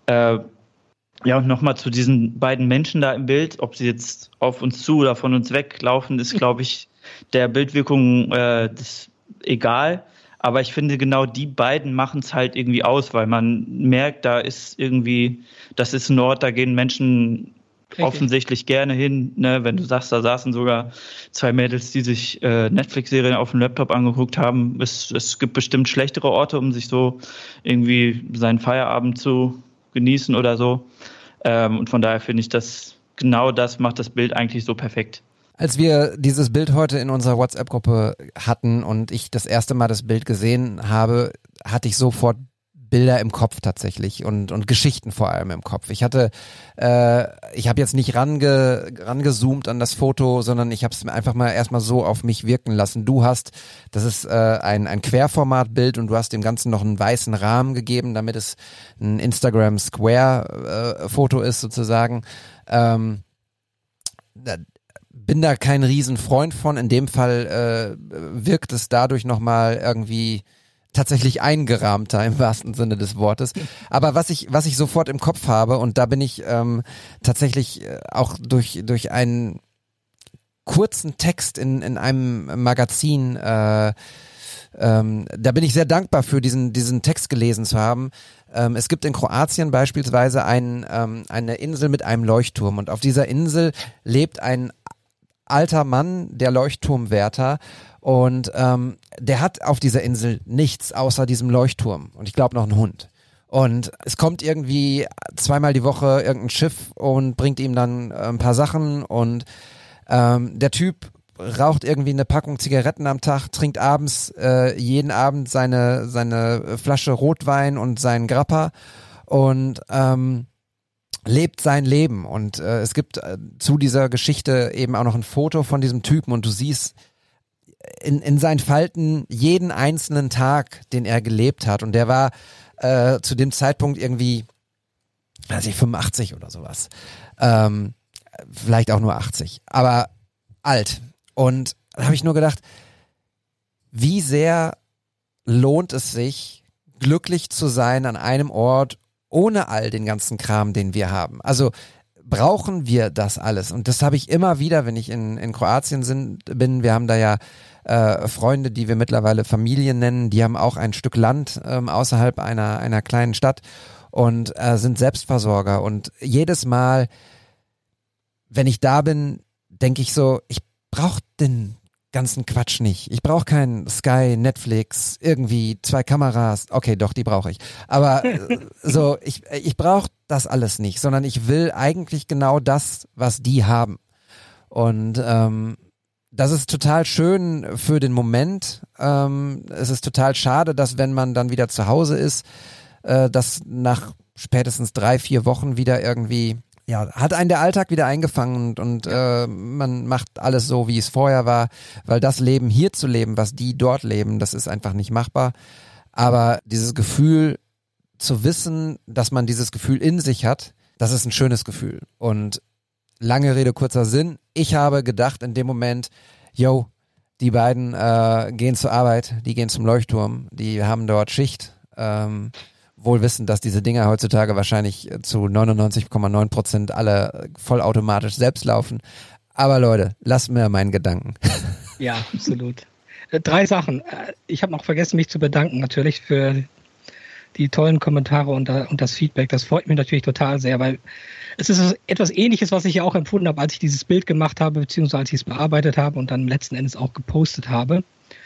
Ja, und nochmal zu diesen beiden Menschen da im Bild, ob sie jetzt auf uns zu oder von uns weglaufen, ist, glaube ich, der Bildwirkung das egal. Aber ich finde, genau die beiden machen es halt irgendwie aus, weil man merkt, das ist ein Ort, da gehen Menschen offensichtlich gerne hin. Ne? Wenn du sagst, da saßen sogar 2 Mädels, die sich Netflix-Serien auf dem Laptop angeguckt haben. Es gibt bestimmt schlechtere Orte, um sich so irgendwie seinen Feierabend zu genießen oder so. Und von daher finde ich, genau das macht das Bild eigentlich so perfekt. Als wir dieses Bild heute in unserer WhatsApp-Gruppe hatten und ich das erste Mal das Bild gesehen habe, hatte ich sofort Bilder im Kopf tatsächlich und Geschichten vor allem im Kopf. Ich habe jetzt nicht rangezoomt an das Foto, sondern ich habe es einfach mal erstmal so auf mich wirken lassen. Das ist ein Querformatbild und du hast dem Ganzen noch einen weißen Rahmen gegeben, damit es ein Instagram Square Foto ist sozusagen. Bin da kein Riesenfreund von. In dem Fall wirkt es dadurch nochmal irgendwie tatsächlich eingerahmter im wahrsten Sinne des Wortes. Aber was ich sofort im Kopf habe, und da bin ich tatsächlich auch durch einen kurzen Text in einem Magazin, da bin ich sehr dankbar für, diesen Text gelesen zu haben. Es gibt in Kroatien beispielsweise eine Insel mit einem Leuchtturm, und auf dieser Insel lebt ein alter Mann, der Leuchtturmwärter, und der hat auf dieser Insel nichts außer diesem Leuchtturm und ich glaube noch einen Hund. Und es kommt irgendwie 2-mal die Woche irgendein Schiff und bringt ihm dann ein paar Sachen, und der Typ raucht irgendwie eine Packung Zigaretten am Tag, trinkt abends jeden Abend seine Flasche Rotwein und seinen Grappa und lebt sein Leben. Und es gibt zu dieser Geschichte eben auch noch ein Foto von diesem Typen, und du siehst in seinen Falten jeden einzelnen Tag, den er gelebt hat, und der war zu dem Zeitpunkt irgendwie, weiß ich, 85 oder sowas. Vielleicht auch nur 80, aber alt. Und da habe ich nur gedacht, wie sehr lohnt es sich, glücklich zu sein an einem Ort ohne all den ganzen Kram, den wir haben. Also brauchen wir das alles? Und das habe ich immer wieder, wenn ich in Kroatien bin. Wir haben da ja Freunde, die wir mittlerweile Familie nennen. Die haben auch ein Stück Land außerhalb einer kleinen Stadt und sind Selbstversorger. Und jedes Mal, wenn ich da bin, denke ich so, ich brauche den ganzen Quatsch nicht. Ich brauche kein Sky, Netflix, irgendwie 2 Kameras. Okay, doch, die brauche ich. Aber so, ich brauche das alles nicht, sondern ich will eigentlich genau das, was die haben. Und das ist total schön für den Moment. Es ist total schade, dass, wenn man dann wieder zu Hause ist, dass nach spätestens 3-4 Wochen wieder irgendwie, ja, hat einen der Alltag wieder eingefangen und man macht alles so, wie es vorher war, weil das Leben hier zu leben, was die dort leben, das ist einfach nicht machbar. Aber dieses Gefühl zu wissen, dass man dieses Gefühl in sich hat, das ist ein schönes Gefühl. Und lange Rede, kurzer Sinn, ich habe gedacht in dem Moment, yo, die beiden gehen zur Arbeit, die gehen zum Leuchtturm, die haben dort Schicht, wohl wissend, dass diese Dinger heutzutage wahrscheinlich zu 99,9% alle vollautomatisch selbst laufen. Aber Leute, lasst mir meinen Gedanken. Ja, absolut. 3 Sachen. Ich habe noch vergessen, mich zu bedanken natürlich für die tollen Kommentare und das Feedback. Das freut mich natürlich total sehr, weil es ist etwas Ähnliches, was ich ja auch empfunden habe, als ich dieses Bild gemacht habe, beziehungsweise als ich es bearbeitet habe und dann letzten Endes auch gepostet habe.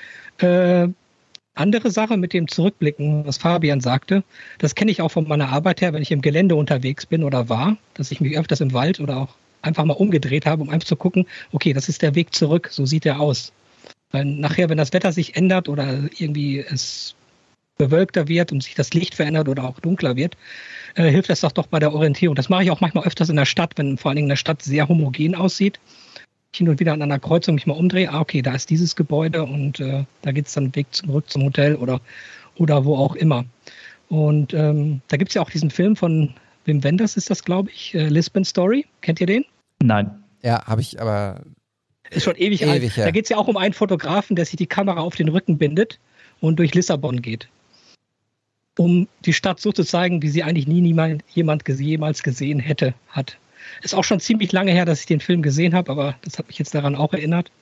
Andere Sache mit dem Zurückblicken, was Fabian sagte, das kenne ich auch von meiner Arbeit her, wenn ich im Gelände unterwegs bin oder war, dass ich mich öfters im Wald oder auch einfach mal umgedreht habe, um einfach zu gucken, okay, das ist der Weg zurück, so sieht er aus. Weil nachher, wenn das Wetter sich ändert oder irgendwie es bewölkter wird und sich das Licht verändert oder auch dunkler wird, hilft das doch bei der Orientierung. Das mache ich auch manchmal öfters in der Stadt, wenn vor allen Dingen in der Stadt sehr homogen aussieht. Ich hin und wieder an einer Kreuzung mich mal umdrehe, okay, da ist dieses Gebäude und da geht es dann Weg zurück zum Hotel oder wo auch immer. Und da gibt es ja auch diesen Film von Wim Wenders, ist das, glaube ich, Lisbon Story. Kennt ihr den? Nein. Ja, habe ich, aber ist schon ewig alt. Ja. Da geht es ja auch um einen Fotografen, der sich die Kamera auf den Rücken bindet und durch Lissabon geht. um die Stadt so zu zeigen, wie sie eigentlich jemand jemals gesehen hat. Ist auch schon ziemlich lange her, dass ich den Film gesehen habe, aber das hat mich jetzt daran auch erinnert.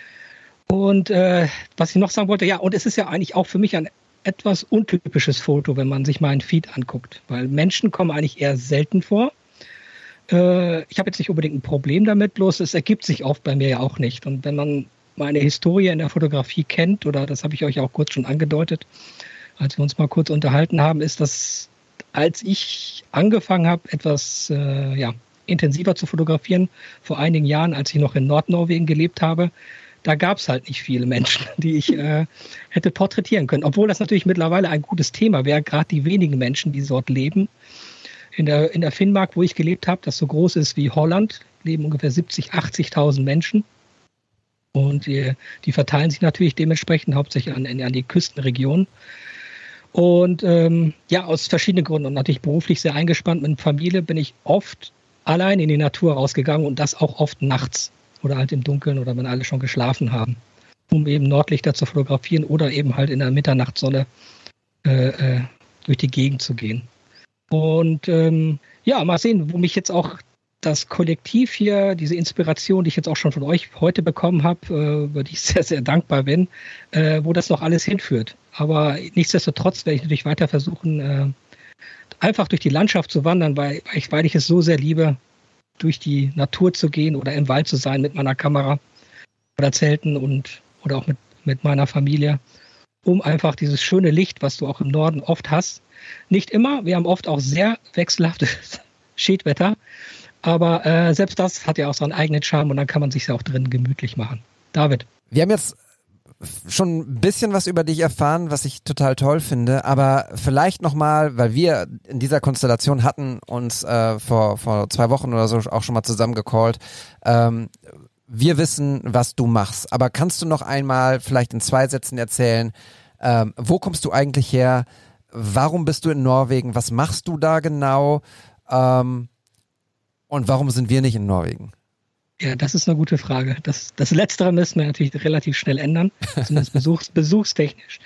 Und was ich noch sagen wollte, ja, und es ist ja eigentlich auch für mich ein etwas untypisches Foto, wenn man sich meinen Feed anguckt, weil Menschen kommen eigentlich eher selten vor. Ich habe jetzt nicht unbedingt ein Problem damit, bloß es ergibt sich oft bei mir ja auch nicht. Und wenn man meine Historie in der Fotografie kennt, oder das habe ich euch auch kurz schon angedeutet, als wir uns mal kurz unterhalten haben, ist das, als ich angefangen habe, etwas intensiver zu fotografieren, vor einigen Jahren, als ich noch in Nordnorwegen gelebt habe, da gab es halt nicht viele Menschen, die ich hätte porträtieren können. Obwohl das natürlich mittlerweile ein gutes Thema wäre, gerade die wenigen Menschen, die dort leben. In der Finnmark, wo ich gelebt habe, das so groß ist wie Holland, leben ungefähr 70.000, 80.000 Menschen. Und die verteilen sich natürlich dementsprechend hauptsächlich an die Küstenregionen. Und aus verschiedenen Gründen und natürlich beruflich sehr eingespannt mit Familie bin ich oft allein in die Natur rausgegangen und das auch oft nachts oder halt im Dunkeln oder wenn alle schon geschlafen haben, um eben Nordlichter zu fotografieren oder eben halt in der Mitternachtssonne durch die Gegend zu gehen. Und mal sehen, wo mich jetzt auch das Kollektiv hier, diese Inspiration, die ich jetzt auch schon von euch heute bekommen habe, über die ich sehr, sehr dankbar bin, wo das noch alles hinführt. Aber nichtsdestotrotz werde ich natürlich weiter versuchen, einfach durch die Landschaft zu wandern, weil ich es so sehr liebe, durch die Natur zu gehen oder im Wald zu sein mit meiner Kamera oder Zelten oder auch mit meiner Familie, um einfach dieses schöne Licht, was du auch im Norden oft hast. Nicht immer, wir haben oft auch sehr wechselhaftes Schädwetter, aber selbst das hat ja auch seinen eigenen Charme und dann kann man sich ja auch drin gemütlich machen. David. Wir haben jetzt schon ein bisschen was über dich erfahren, was ich total toll finde, aber vielleicht nochmal, weil wir in dieser Konstellation hatten uns vor 2 Wochen oder so auch schon mal zusammengecallt. Wir wissen, was du machst, aber kannst du noch einmal vielleicht in 2 Sätzen erzählen, wo kommst du eigentlich her, warum bist du in Norwegen, was machst du da genau und warum sind wir nicht in Norwegen? Ja, das ist eine gute Frage. Das Letztere müssen wir natürlich relativ schnell ändern, zumindest besuchstechnisch.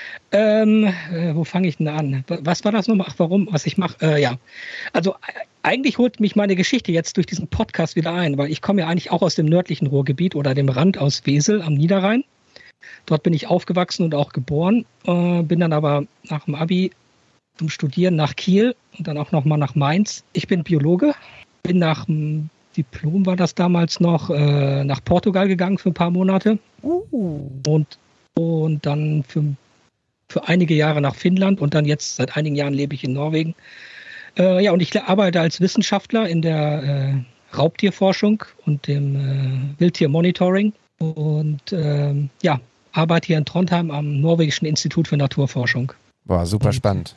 Wo fange ich denn an? Was war das nochmal? Ach, warum? Was ich mache? Also eigentlich holt mich meine Geschichte jetzt durch diesen Podcast wieder ein, weil ich komme ja eigentlich auch aus dem nördlichen Ruhrgebiet oder dem Rand aus Wesel am Niederrhein. Dort bin ich aufgewachsen und auch geboren, bin dann aber nach dem Abi zum Studieren nach Kiel und dann auch nochmal nach Mainz. Ich bin Biologe, bin nach dem Diplom war das damals noch, nach Portugal gegangen für ein paar Monate und dann für einige Jahre nach Finnland und dann jetzt seit einigen Jahren lebe ich in Norwegen. Und ich arbeite als Wissenschaftler in der Raubtierforschung und dem Wildtiermonitoring und arbeite hier in Trondheim am Norwegischen Institut für Naturforschung. Boah, super spannend.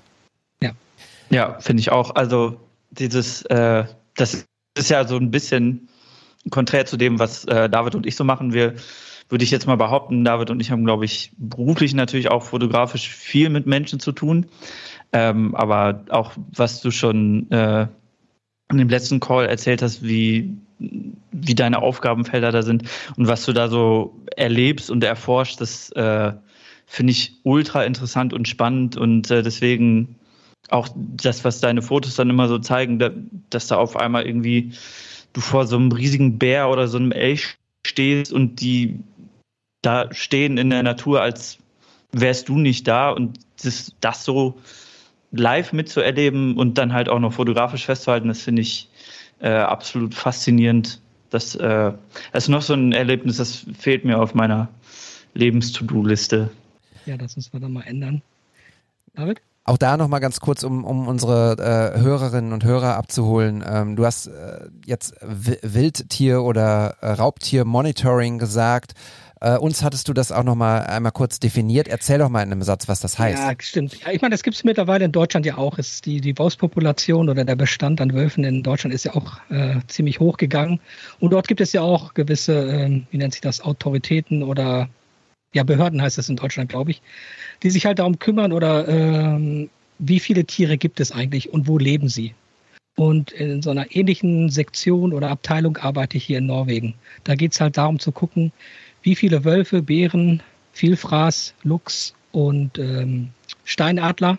Ja, finde ich auch. Also das ist ja so ein bisschen konträr zu dem, was David und ich so machen. Würde ich jetzt mal behaupten, David und ich haben, glaube ich, beruflich natürlich auch fotografisch viel mit Menschen zu tun. Aber auch, was du schon in dem letzten Call erzählt hast, wie deine Aufgabenfelder da sind und was du da so erlebst und erforscht, das finde ich ultra interessant und spannend und deswegen auch das, was deine Fotos dann immer so zeigen, dass da auf einmal irgendwie du vor so einem riesigen Bär oder so einem Elch stehst und die da stehen in der Natur, als wärst du nicht da und das so live mitzuerleben und dann halt auch noch fotografisch festzuhalten, das finde ich absolut faszinierend. Das ist noch so ein Erlebnis, das fehlt mir auf meiner Lebens-To-Do-Liste. Ja, das müssen wir dann mal ändern. David? Auch da nochmal ganz kurz, um unsere Hörerinnen und Hörer abzuholen. Du hast jetzt Wildtier- oder Raubtier-Monitoring gesagt. Uns hattest du das auch nochmal einmal kurz definiert. Erzähl doch mal in einem Satz, was das heißt. Ja, stimmt. Ja, ich meine, das gibt es mittlerweile in Deutschland ja auch. Die Wolfspopulation oder der Bestand an Wölfen in Deutschland ist ja auch ziemlich hoch gegangen. Und dort gibt es ja auch gewisse, wie nennt sich das, Autoritäten oder Behörden heißt es in Deutschland, glaube ich, die sich halt darum kümmern oder wie viele Tiere gibt es eigentlich und wo leben sie. Und in so einer ähnlichen Sektion oder Abteilung arbeite ich hier in Norwegen. Da geht es halt darum zu gucken, wie viele Wölfe, Bären, Vielfraß, Luchs und Steinadler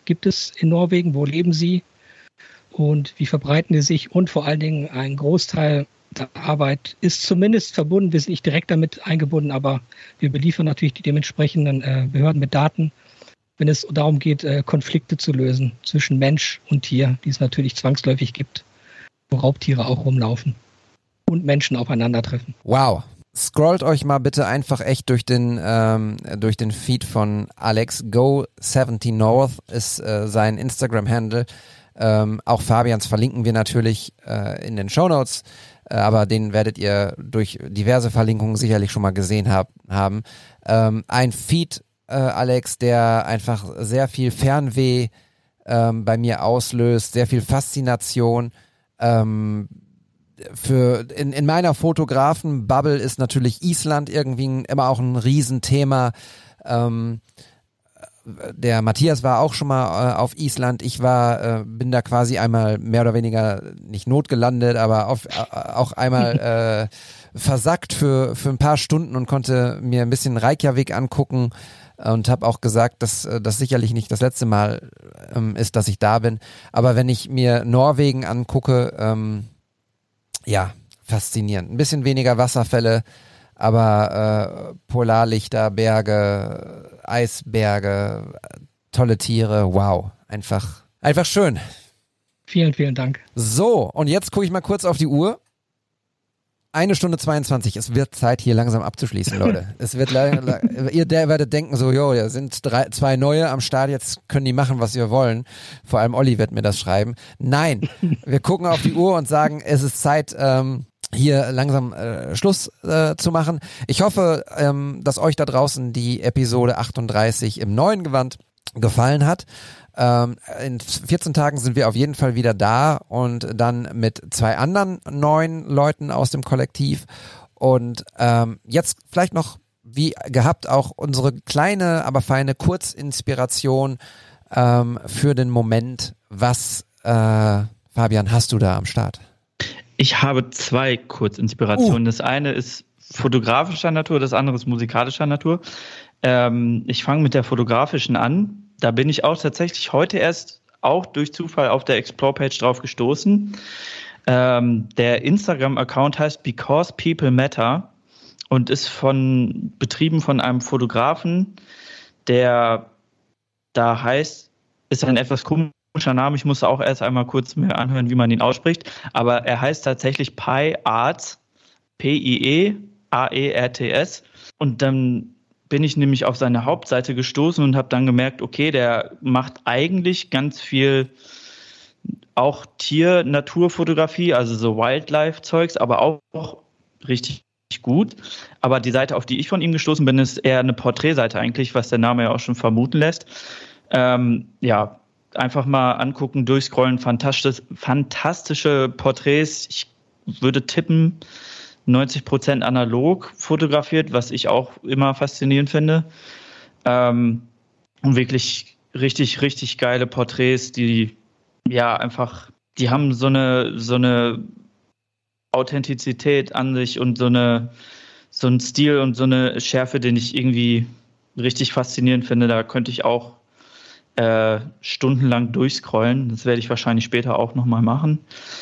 gibt es in Norwegen? Wo leben sie? Und wie verbreiten die sich? Und vor allen Dingen ein Großteil der Arbeit ist zumindest verbunden. Wir sind nicht direkt damit eingebunden, aber wir beliefern natürlich die dementsprechenden Behörden mit Daten, wenn es darum geht, Konflikte zu lösen zwischen Mensch und Tier, die es natürlich zwangsläufig gibt, wo Raubtiere auch rumlaufen und Menschen aufeinandertreffen. Wow. Scrollt euch mal bitte einfach echt durch den Feed von Alex. Go70North ist sein Instagram-Handle. Auch Fabians verlinken wir natürlich in den Shownotes, aber den werdet ihr durch diverse Verlinkungen sicherlich schon mal gesehen haben. Ein Feed, Alex, der einfach sehr viel Fernweh bei mir auslöst, sehr viel Faszination. In meiner Fotografen-Bubble ist natürlich Island irgendwie immer auch ein Riesenthema. Der Matthias war auch schon mal auf Island. Ich bin da quasi einmal mehr oder weniger nicht notgelandet, aber auch einmal versackt für ein paar Stunden und konnte mir ein bisschen Reykjavik angucken und habe auch gesagt, dass das sicherlich nicht das letzte Mal ist, dass ich da bin. Aber wenn ich mir Norwegen angucke, ja, faszinierend. Ein bisschen weniger Wasserfälle, aber Polarlichter, Berge, Eisberge, tolle Tiere, wow, einfach schön. Vielen, vielen Dank. So, und jetzt gucke ich mal kurz auf die Uhr. 1 Stunde 22. Es wird Zeit, hier langsam abzuschließen, Leute. Es wird ihr werdet denken so, da sind 2 neue am Start, jetzt können die machen, was wir wollen. Vor allem Olli wird mir das schreiben. Nein, wir gucken auf die Uhr und sagen, es ist Zeit, hier langsam Schluss zu machen. Ich hoffe, dass euch da draußen die Episode 38 im neuen Gewand gefallen hat. In 14 Tagen sind wir auf jeden Fall wieder da und dann mit 2 anderen neuen Leuten aus dem Kollektiv. Und jetzt vielleicht noch, wie gehabt, auch unsere kleine, aber feine Kurzinspiration für den Moment. Was, Fabian, hast du da am Start? Ich habe 2 Kurzinspirationen. Das eine ist fotografischer Natur, das andere ist musikalischer Natur. Ich fange mit der fotografischen an. Da bin ich auch tatsächlich heute erst auch durch Zufall auf der Explore-Page drauf gestoßen. Der Instagram-Account heißt Because People Matter und ist betrieben von einem Fotografen, der da heißt, ist ein etwas komischer Name. Ich musste auch erst einmal kurz mir anhören, wie man ihn ausspricht. Aber er heißt tatsächlich Pi Arts, P-I-E-A-E-R-T-S. Und dann bin ich nämlich auf seine Hauptseite gestoßen und habe dann gemerkt, okay, der macht eigentlich ganz viel auch Tier-Naturfotografie, also so Wildlife-Zeugs, aber auch richtig gut. Aber die Seite, auf die ich von ihm gestoßen bin, ist eher eine Porträtseite eigentlich, was der Name ja auch schon vermuten lässt. Ja, einfach mal angucken, durchscrollen, fantastische Porträts. Ich würde tippen, 90% analog fotografiert, was ich auch immer faszinierend finde. Und wirklich richtig, richtig geile Porträts, die ja einfach, die haben so eine Authentizität an sich und so einen Stil und so eine Schärfe, den ich irgendwie richtig faszinierend finde. Da könnte ich auch stundenlang durchscrollen. Das werde ich wahrscheinlich später auch nochmal machen.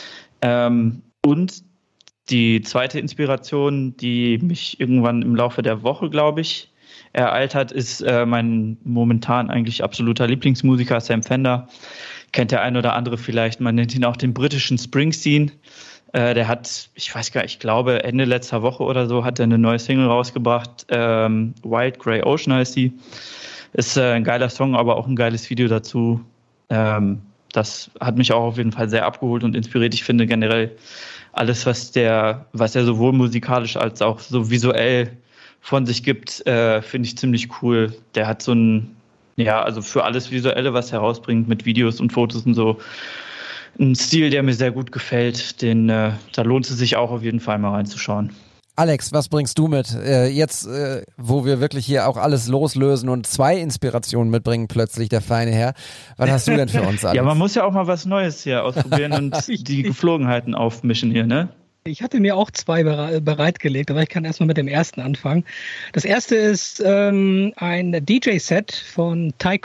Und die zweite Inspiration, die mich irgendwann im Laufe der Woche, glaube ich, ereilt hat, ist mein momentan eigentlich absoluter Lieblingsmusiker Sam Fender. Kennt der ein oder andere vielleicht, man nennt ihn auch den britischen Springsteen. Der hat, ich weiß gar nicht, ich glaube Ende letzter Woche oder so, hat er eine neue Single rausgebracht. Wild Grey Ocean heißt sie. Ist ein geiler Song, aber auch ein geiles Video dazu. Das hat mich auch auf jeden Fall sehr abgeholt und inspiriert. Ich finde generell alles, was er sowohl musikalisch als auch so visuell von sich gibt, finde ich ziemlich cool. Der hat so also für alles Visuelle, was er rausbringt mit Videos und Fotos und so, einen Stil, der mir sehr gut gefällt. Da lohnt es sich auch auf jeden Fall mal reinzuschauen. Alex, was bringst du mit? Jetzt, wo wir wirklich hier auch alles loslösen und 2 Inspirationen mitbringen, plötzlich der feine Herr. Was hast du denn für uns, Alex? Ja, man muss ja auch mal was Neues hier ausprobieren und die Geflogenheiten aufmischen hier, ne? Ich hatte mir auch 2 bereitgelegt, aber ich kann erstmal mit dem ersten anfangen. Das erste ist ein DJ-Set von Tycho.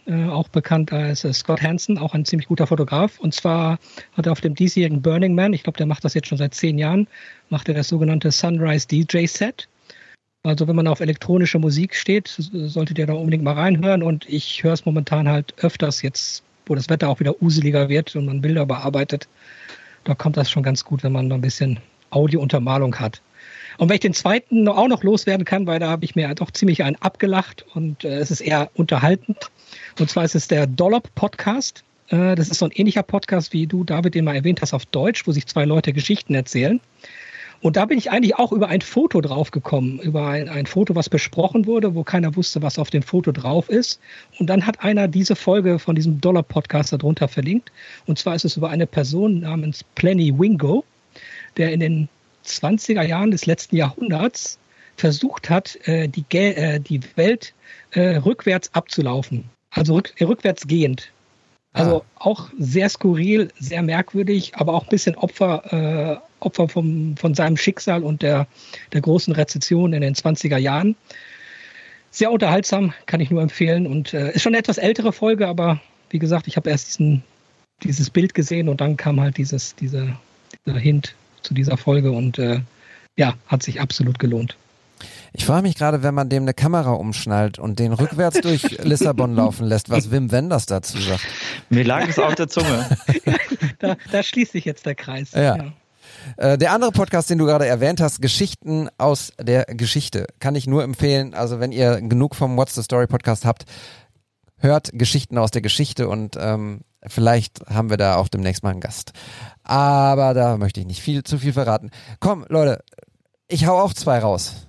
auch bekannt als Scott Hansen, auch ein ziemlich guter Fotograf. Und zwar hat er auf dem diesjährigen Burning Man, ich glaube, der macht das jetzt schon seit 10 Jahren, macht er das sogenannte Sunrise DJ Set. Also wenn man auf elektronische Musik steht, solltet ihr da unbedingt mal reinhören. Und ich höre es momentan halt öfters jetzt, wo das Wetter auch wieder useliger wird und man Bilder bearbeitet. Da kommt das schon ganz gut, wenn man noch ein bisschen Audiountermalung hat. Und wenn ich den zweiten auch noch loswerden kann, weil da habe ich mir doch ziemlich einen abgelacht und es ist eher unterhaltend. Und zwar ist es der Dollop Podcast. Das ist so ein ähnlicher Podcast, wie du, David, den mal erwähnt hast, auf Deutsch, wo sich 2 Leute Geschichten erzählen. Und da bin ich eigentlich auch über ein Foto drauf gekommen, über ein Foto, was besprochen wurde, wo keiner wusste, was auf dem Foto drauf ist. Und dann hat einer diese Folge von diesem Dollop Podcast darunter verlinkt. Und zwar ist es über eine Person namens Plenny Wingo, der in den 20er Jahren des letzten Jahrhunderts versucht hat, die Welt rückwärts abzulaufen. Also rückwärts gehend. Also auch sehr skurril, sehr merkwürdig, aber auch ein bisschen Opfer von seinem Schicksal und der großen Rezession in den 20er Jahren. Sehr unterhaltsam, kann ich nur empfehlen. Und ist schon eine etwas ältere Folge, aber wie gesagt, ich habe erst dieses Bild gesehen und dann kam halt dieser Hint zu dieser Folge und hat sich absolut gelohnt. Ich frage mich gerade, wenn man dem eine Kamera umschnallt und den rückwärts durch Lissabon laufen lässt, was Wim Wenders dazu sagt. Mir lag es auf der Zunge. Da schließt sich jetzt der Kreis. Ja. Der andere Podcast, den du gerade erwähnt hast, Geschichten aus der Geschichte, kann ich nur empfehlen. Also wenn ihr genug vom What's the Story Podcast habt, hört Geschichten aus der Geschichte und vielleicht haben wir da auch demnächst mal einen Gast. Aber da möchte ich nicht zu viel verraten. Komm, Leute, ich hau auch 2 raus.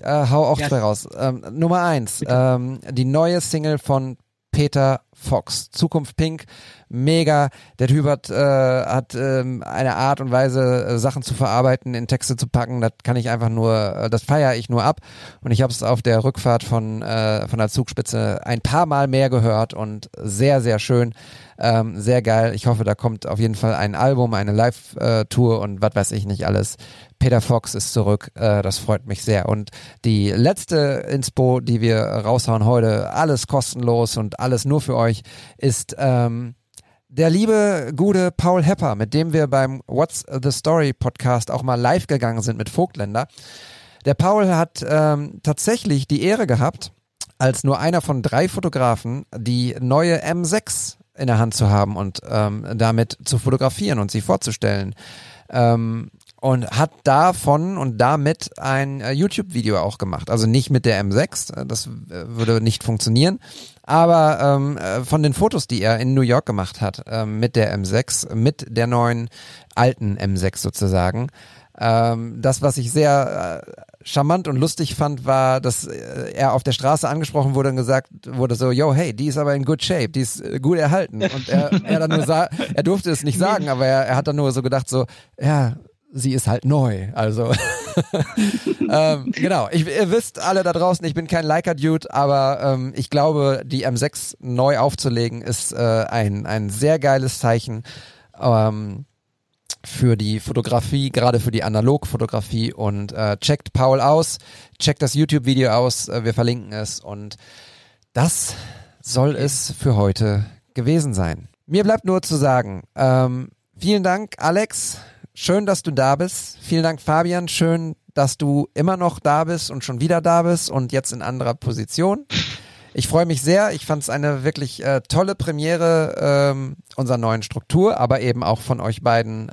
Nummer 1, die neue Single von Peter Fox, Zukunft Pink, mega. Der Typ hat eine Art und Weise, Sachen zu verarbeiten, in Texte zu packen, das feiere ich nur ab. Und ich habe es auf der Rückfahrt von der Zugspitze ein paar Mal mehr gehört und sehr, sehr schön, sehr geil. Ich hoffe, da kommt auf jeden Fall ein Album, eine Live-Tour und was weiß ich nicht alles. Peter Fox ist zurück, das freut mich sehr. Und die letzte Inspo, die wir raushauen heute, alles kostenlos und alles nur für euch, ist der liebe, gute Paul Hepper, mit dem wir beim What's the Story Podcast auch mal live gegangen sind mit Vogtländer. Der Paul hat tatsächlich die Ehre gehabt, als nur einer von 3 Fotografen die neue M6 in der Hand zu haben und damit zu fotografieren und sie vorzustellen. Und hat davon und damit ein YouTube-Video auch gemacht. Also nicht mit der M6, das würde nicht funktionieren, aber von den Fotos, die er in New York gemacht hat, mit der M6, mit der neuen alten M6 sozusagen. Das, was ich sehr charmant und lustig fand, war, dass er auf der Straße angesprochen wurde und gesagt wurde so, yo, hey, die ist aber in good shape, die ist gut erhalten. Und er dann nur er durfte es nicht sagen, aber er hat dann nur so gedacht so, ja, sie ist halt neu, also genau, ihr wisst alle da draußen, ich bin kein Leica-Dude, aber ich glaube, die M6 neu aufzulegen ist ein sehr geiles Zeichen für die Fotografie, gerade für die Analogfotografie und checkt Paul aus, checkt das YouTube-Video aus, wir verlinken es und das soll es für heute gewesen sein. Mir bleibt nur zu sagen, vielen Dank, Alex. Schön, dass du da bist. Vielen Dank, Fabian. Schön, dass du immer noch da bist und schon wieder da bist und jetzt in anderer Position. Ich freue mich sehr. Ich fand es eine wirklich tolle Premiere unserer neuen Struktur, aber eben auch von euch beiden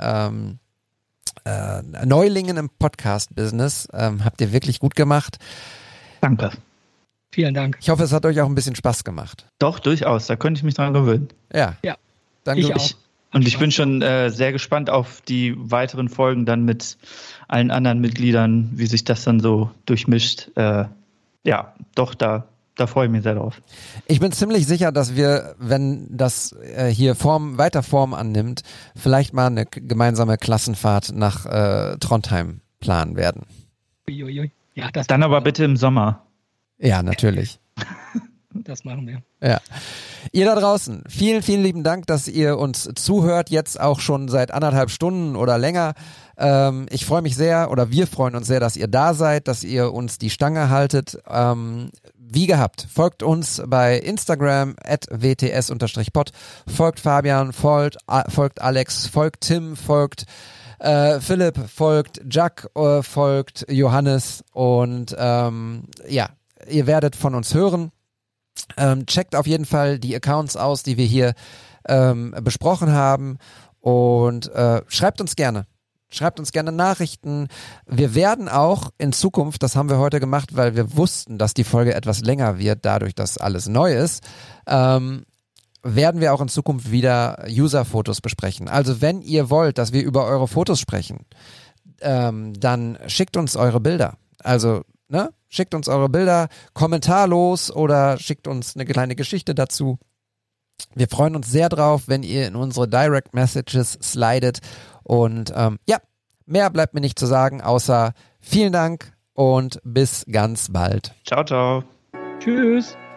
Neulingen im Podcast-Business. Habt ihr wirklich gut gemacht. Danke. Vielen Dank. Ich hoffe, es hat euch auch ein bisschen Spaß gemacht. Doch, durchaus. Da könnte ich mich dran gewöhnen. Ja. Dann ich auch. Und ich bin schon sehr gespannt auf die weiteren Folgen dann mit allen anderen Mitgliedern, wie sich das dann so durchmischt. Da freue ich mich sehr drauf. Ich bin ziemlich sicher, dass wir, wenn das hier weiter Form annimmt, vielleicht mal eine gemeinsame Klassenfahrt nach Trondheim planen werden. Uiuiui. Ja, dann aber bitte im Sommer. Ja, natürlich. Das machen wir. Ja. Ihr da draußen, vielen, vielen lieben Dank, dass ihr uns zuhört, jetzt auch schon seit 1,5 Stunden oder länger. Ich freue mich sehr, oder wir freuen uns sehr, dass ihr da seid, dass ihr uns die Stange haltet. wie gehabt, folgt uns bei Instagram @wts_pod, folgt Fabian, folgt Alex, folgt Tim, folgt Philipp, folgt Jack, folgt Johannes und ihr werdet von uns hören. Checkt auf jeden Fall die Accounts aus, die wir hier besprochen haben und schreibt uns gerne. Schreibt uns gerne Nachrichten. Wir werden auch in Zukunft, das haben wir heute gemacht, weil wir wussten, dass die Folge etwas länger wird, dadurch, dass alles neu ist, werden wir auch in Zukunft wieder User-Fotos besprechen. Also wenn ihr wollt, dass wir über eure Fotos sprechen, dann schickt uns eure Bilder. Also, schickt uns eure Bilder kommentarlos oder schickt uns eine kleine Geschichte dazu. Wir freuen uns sehr drauf, wenn ihr in unsere Direct Messages slidet. Und mehr bleibt mir nicht zu sagen, außer vielen Dank und bis ganz bald. Ciao, ciao. Tschüss.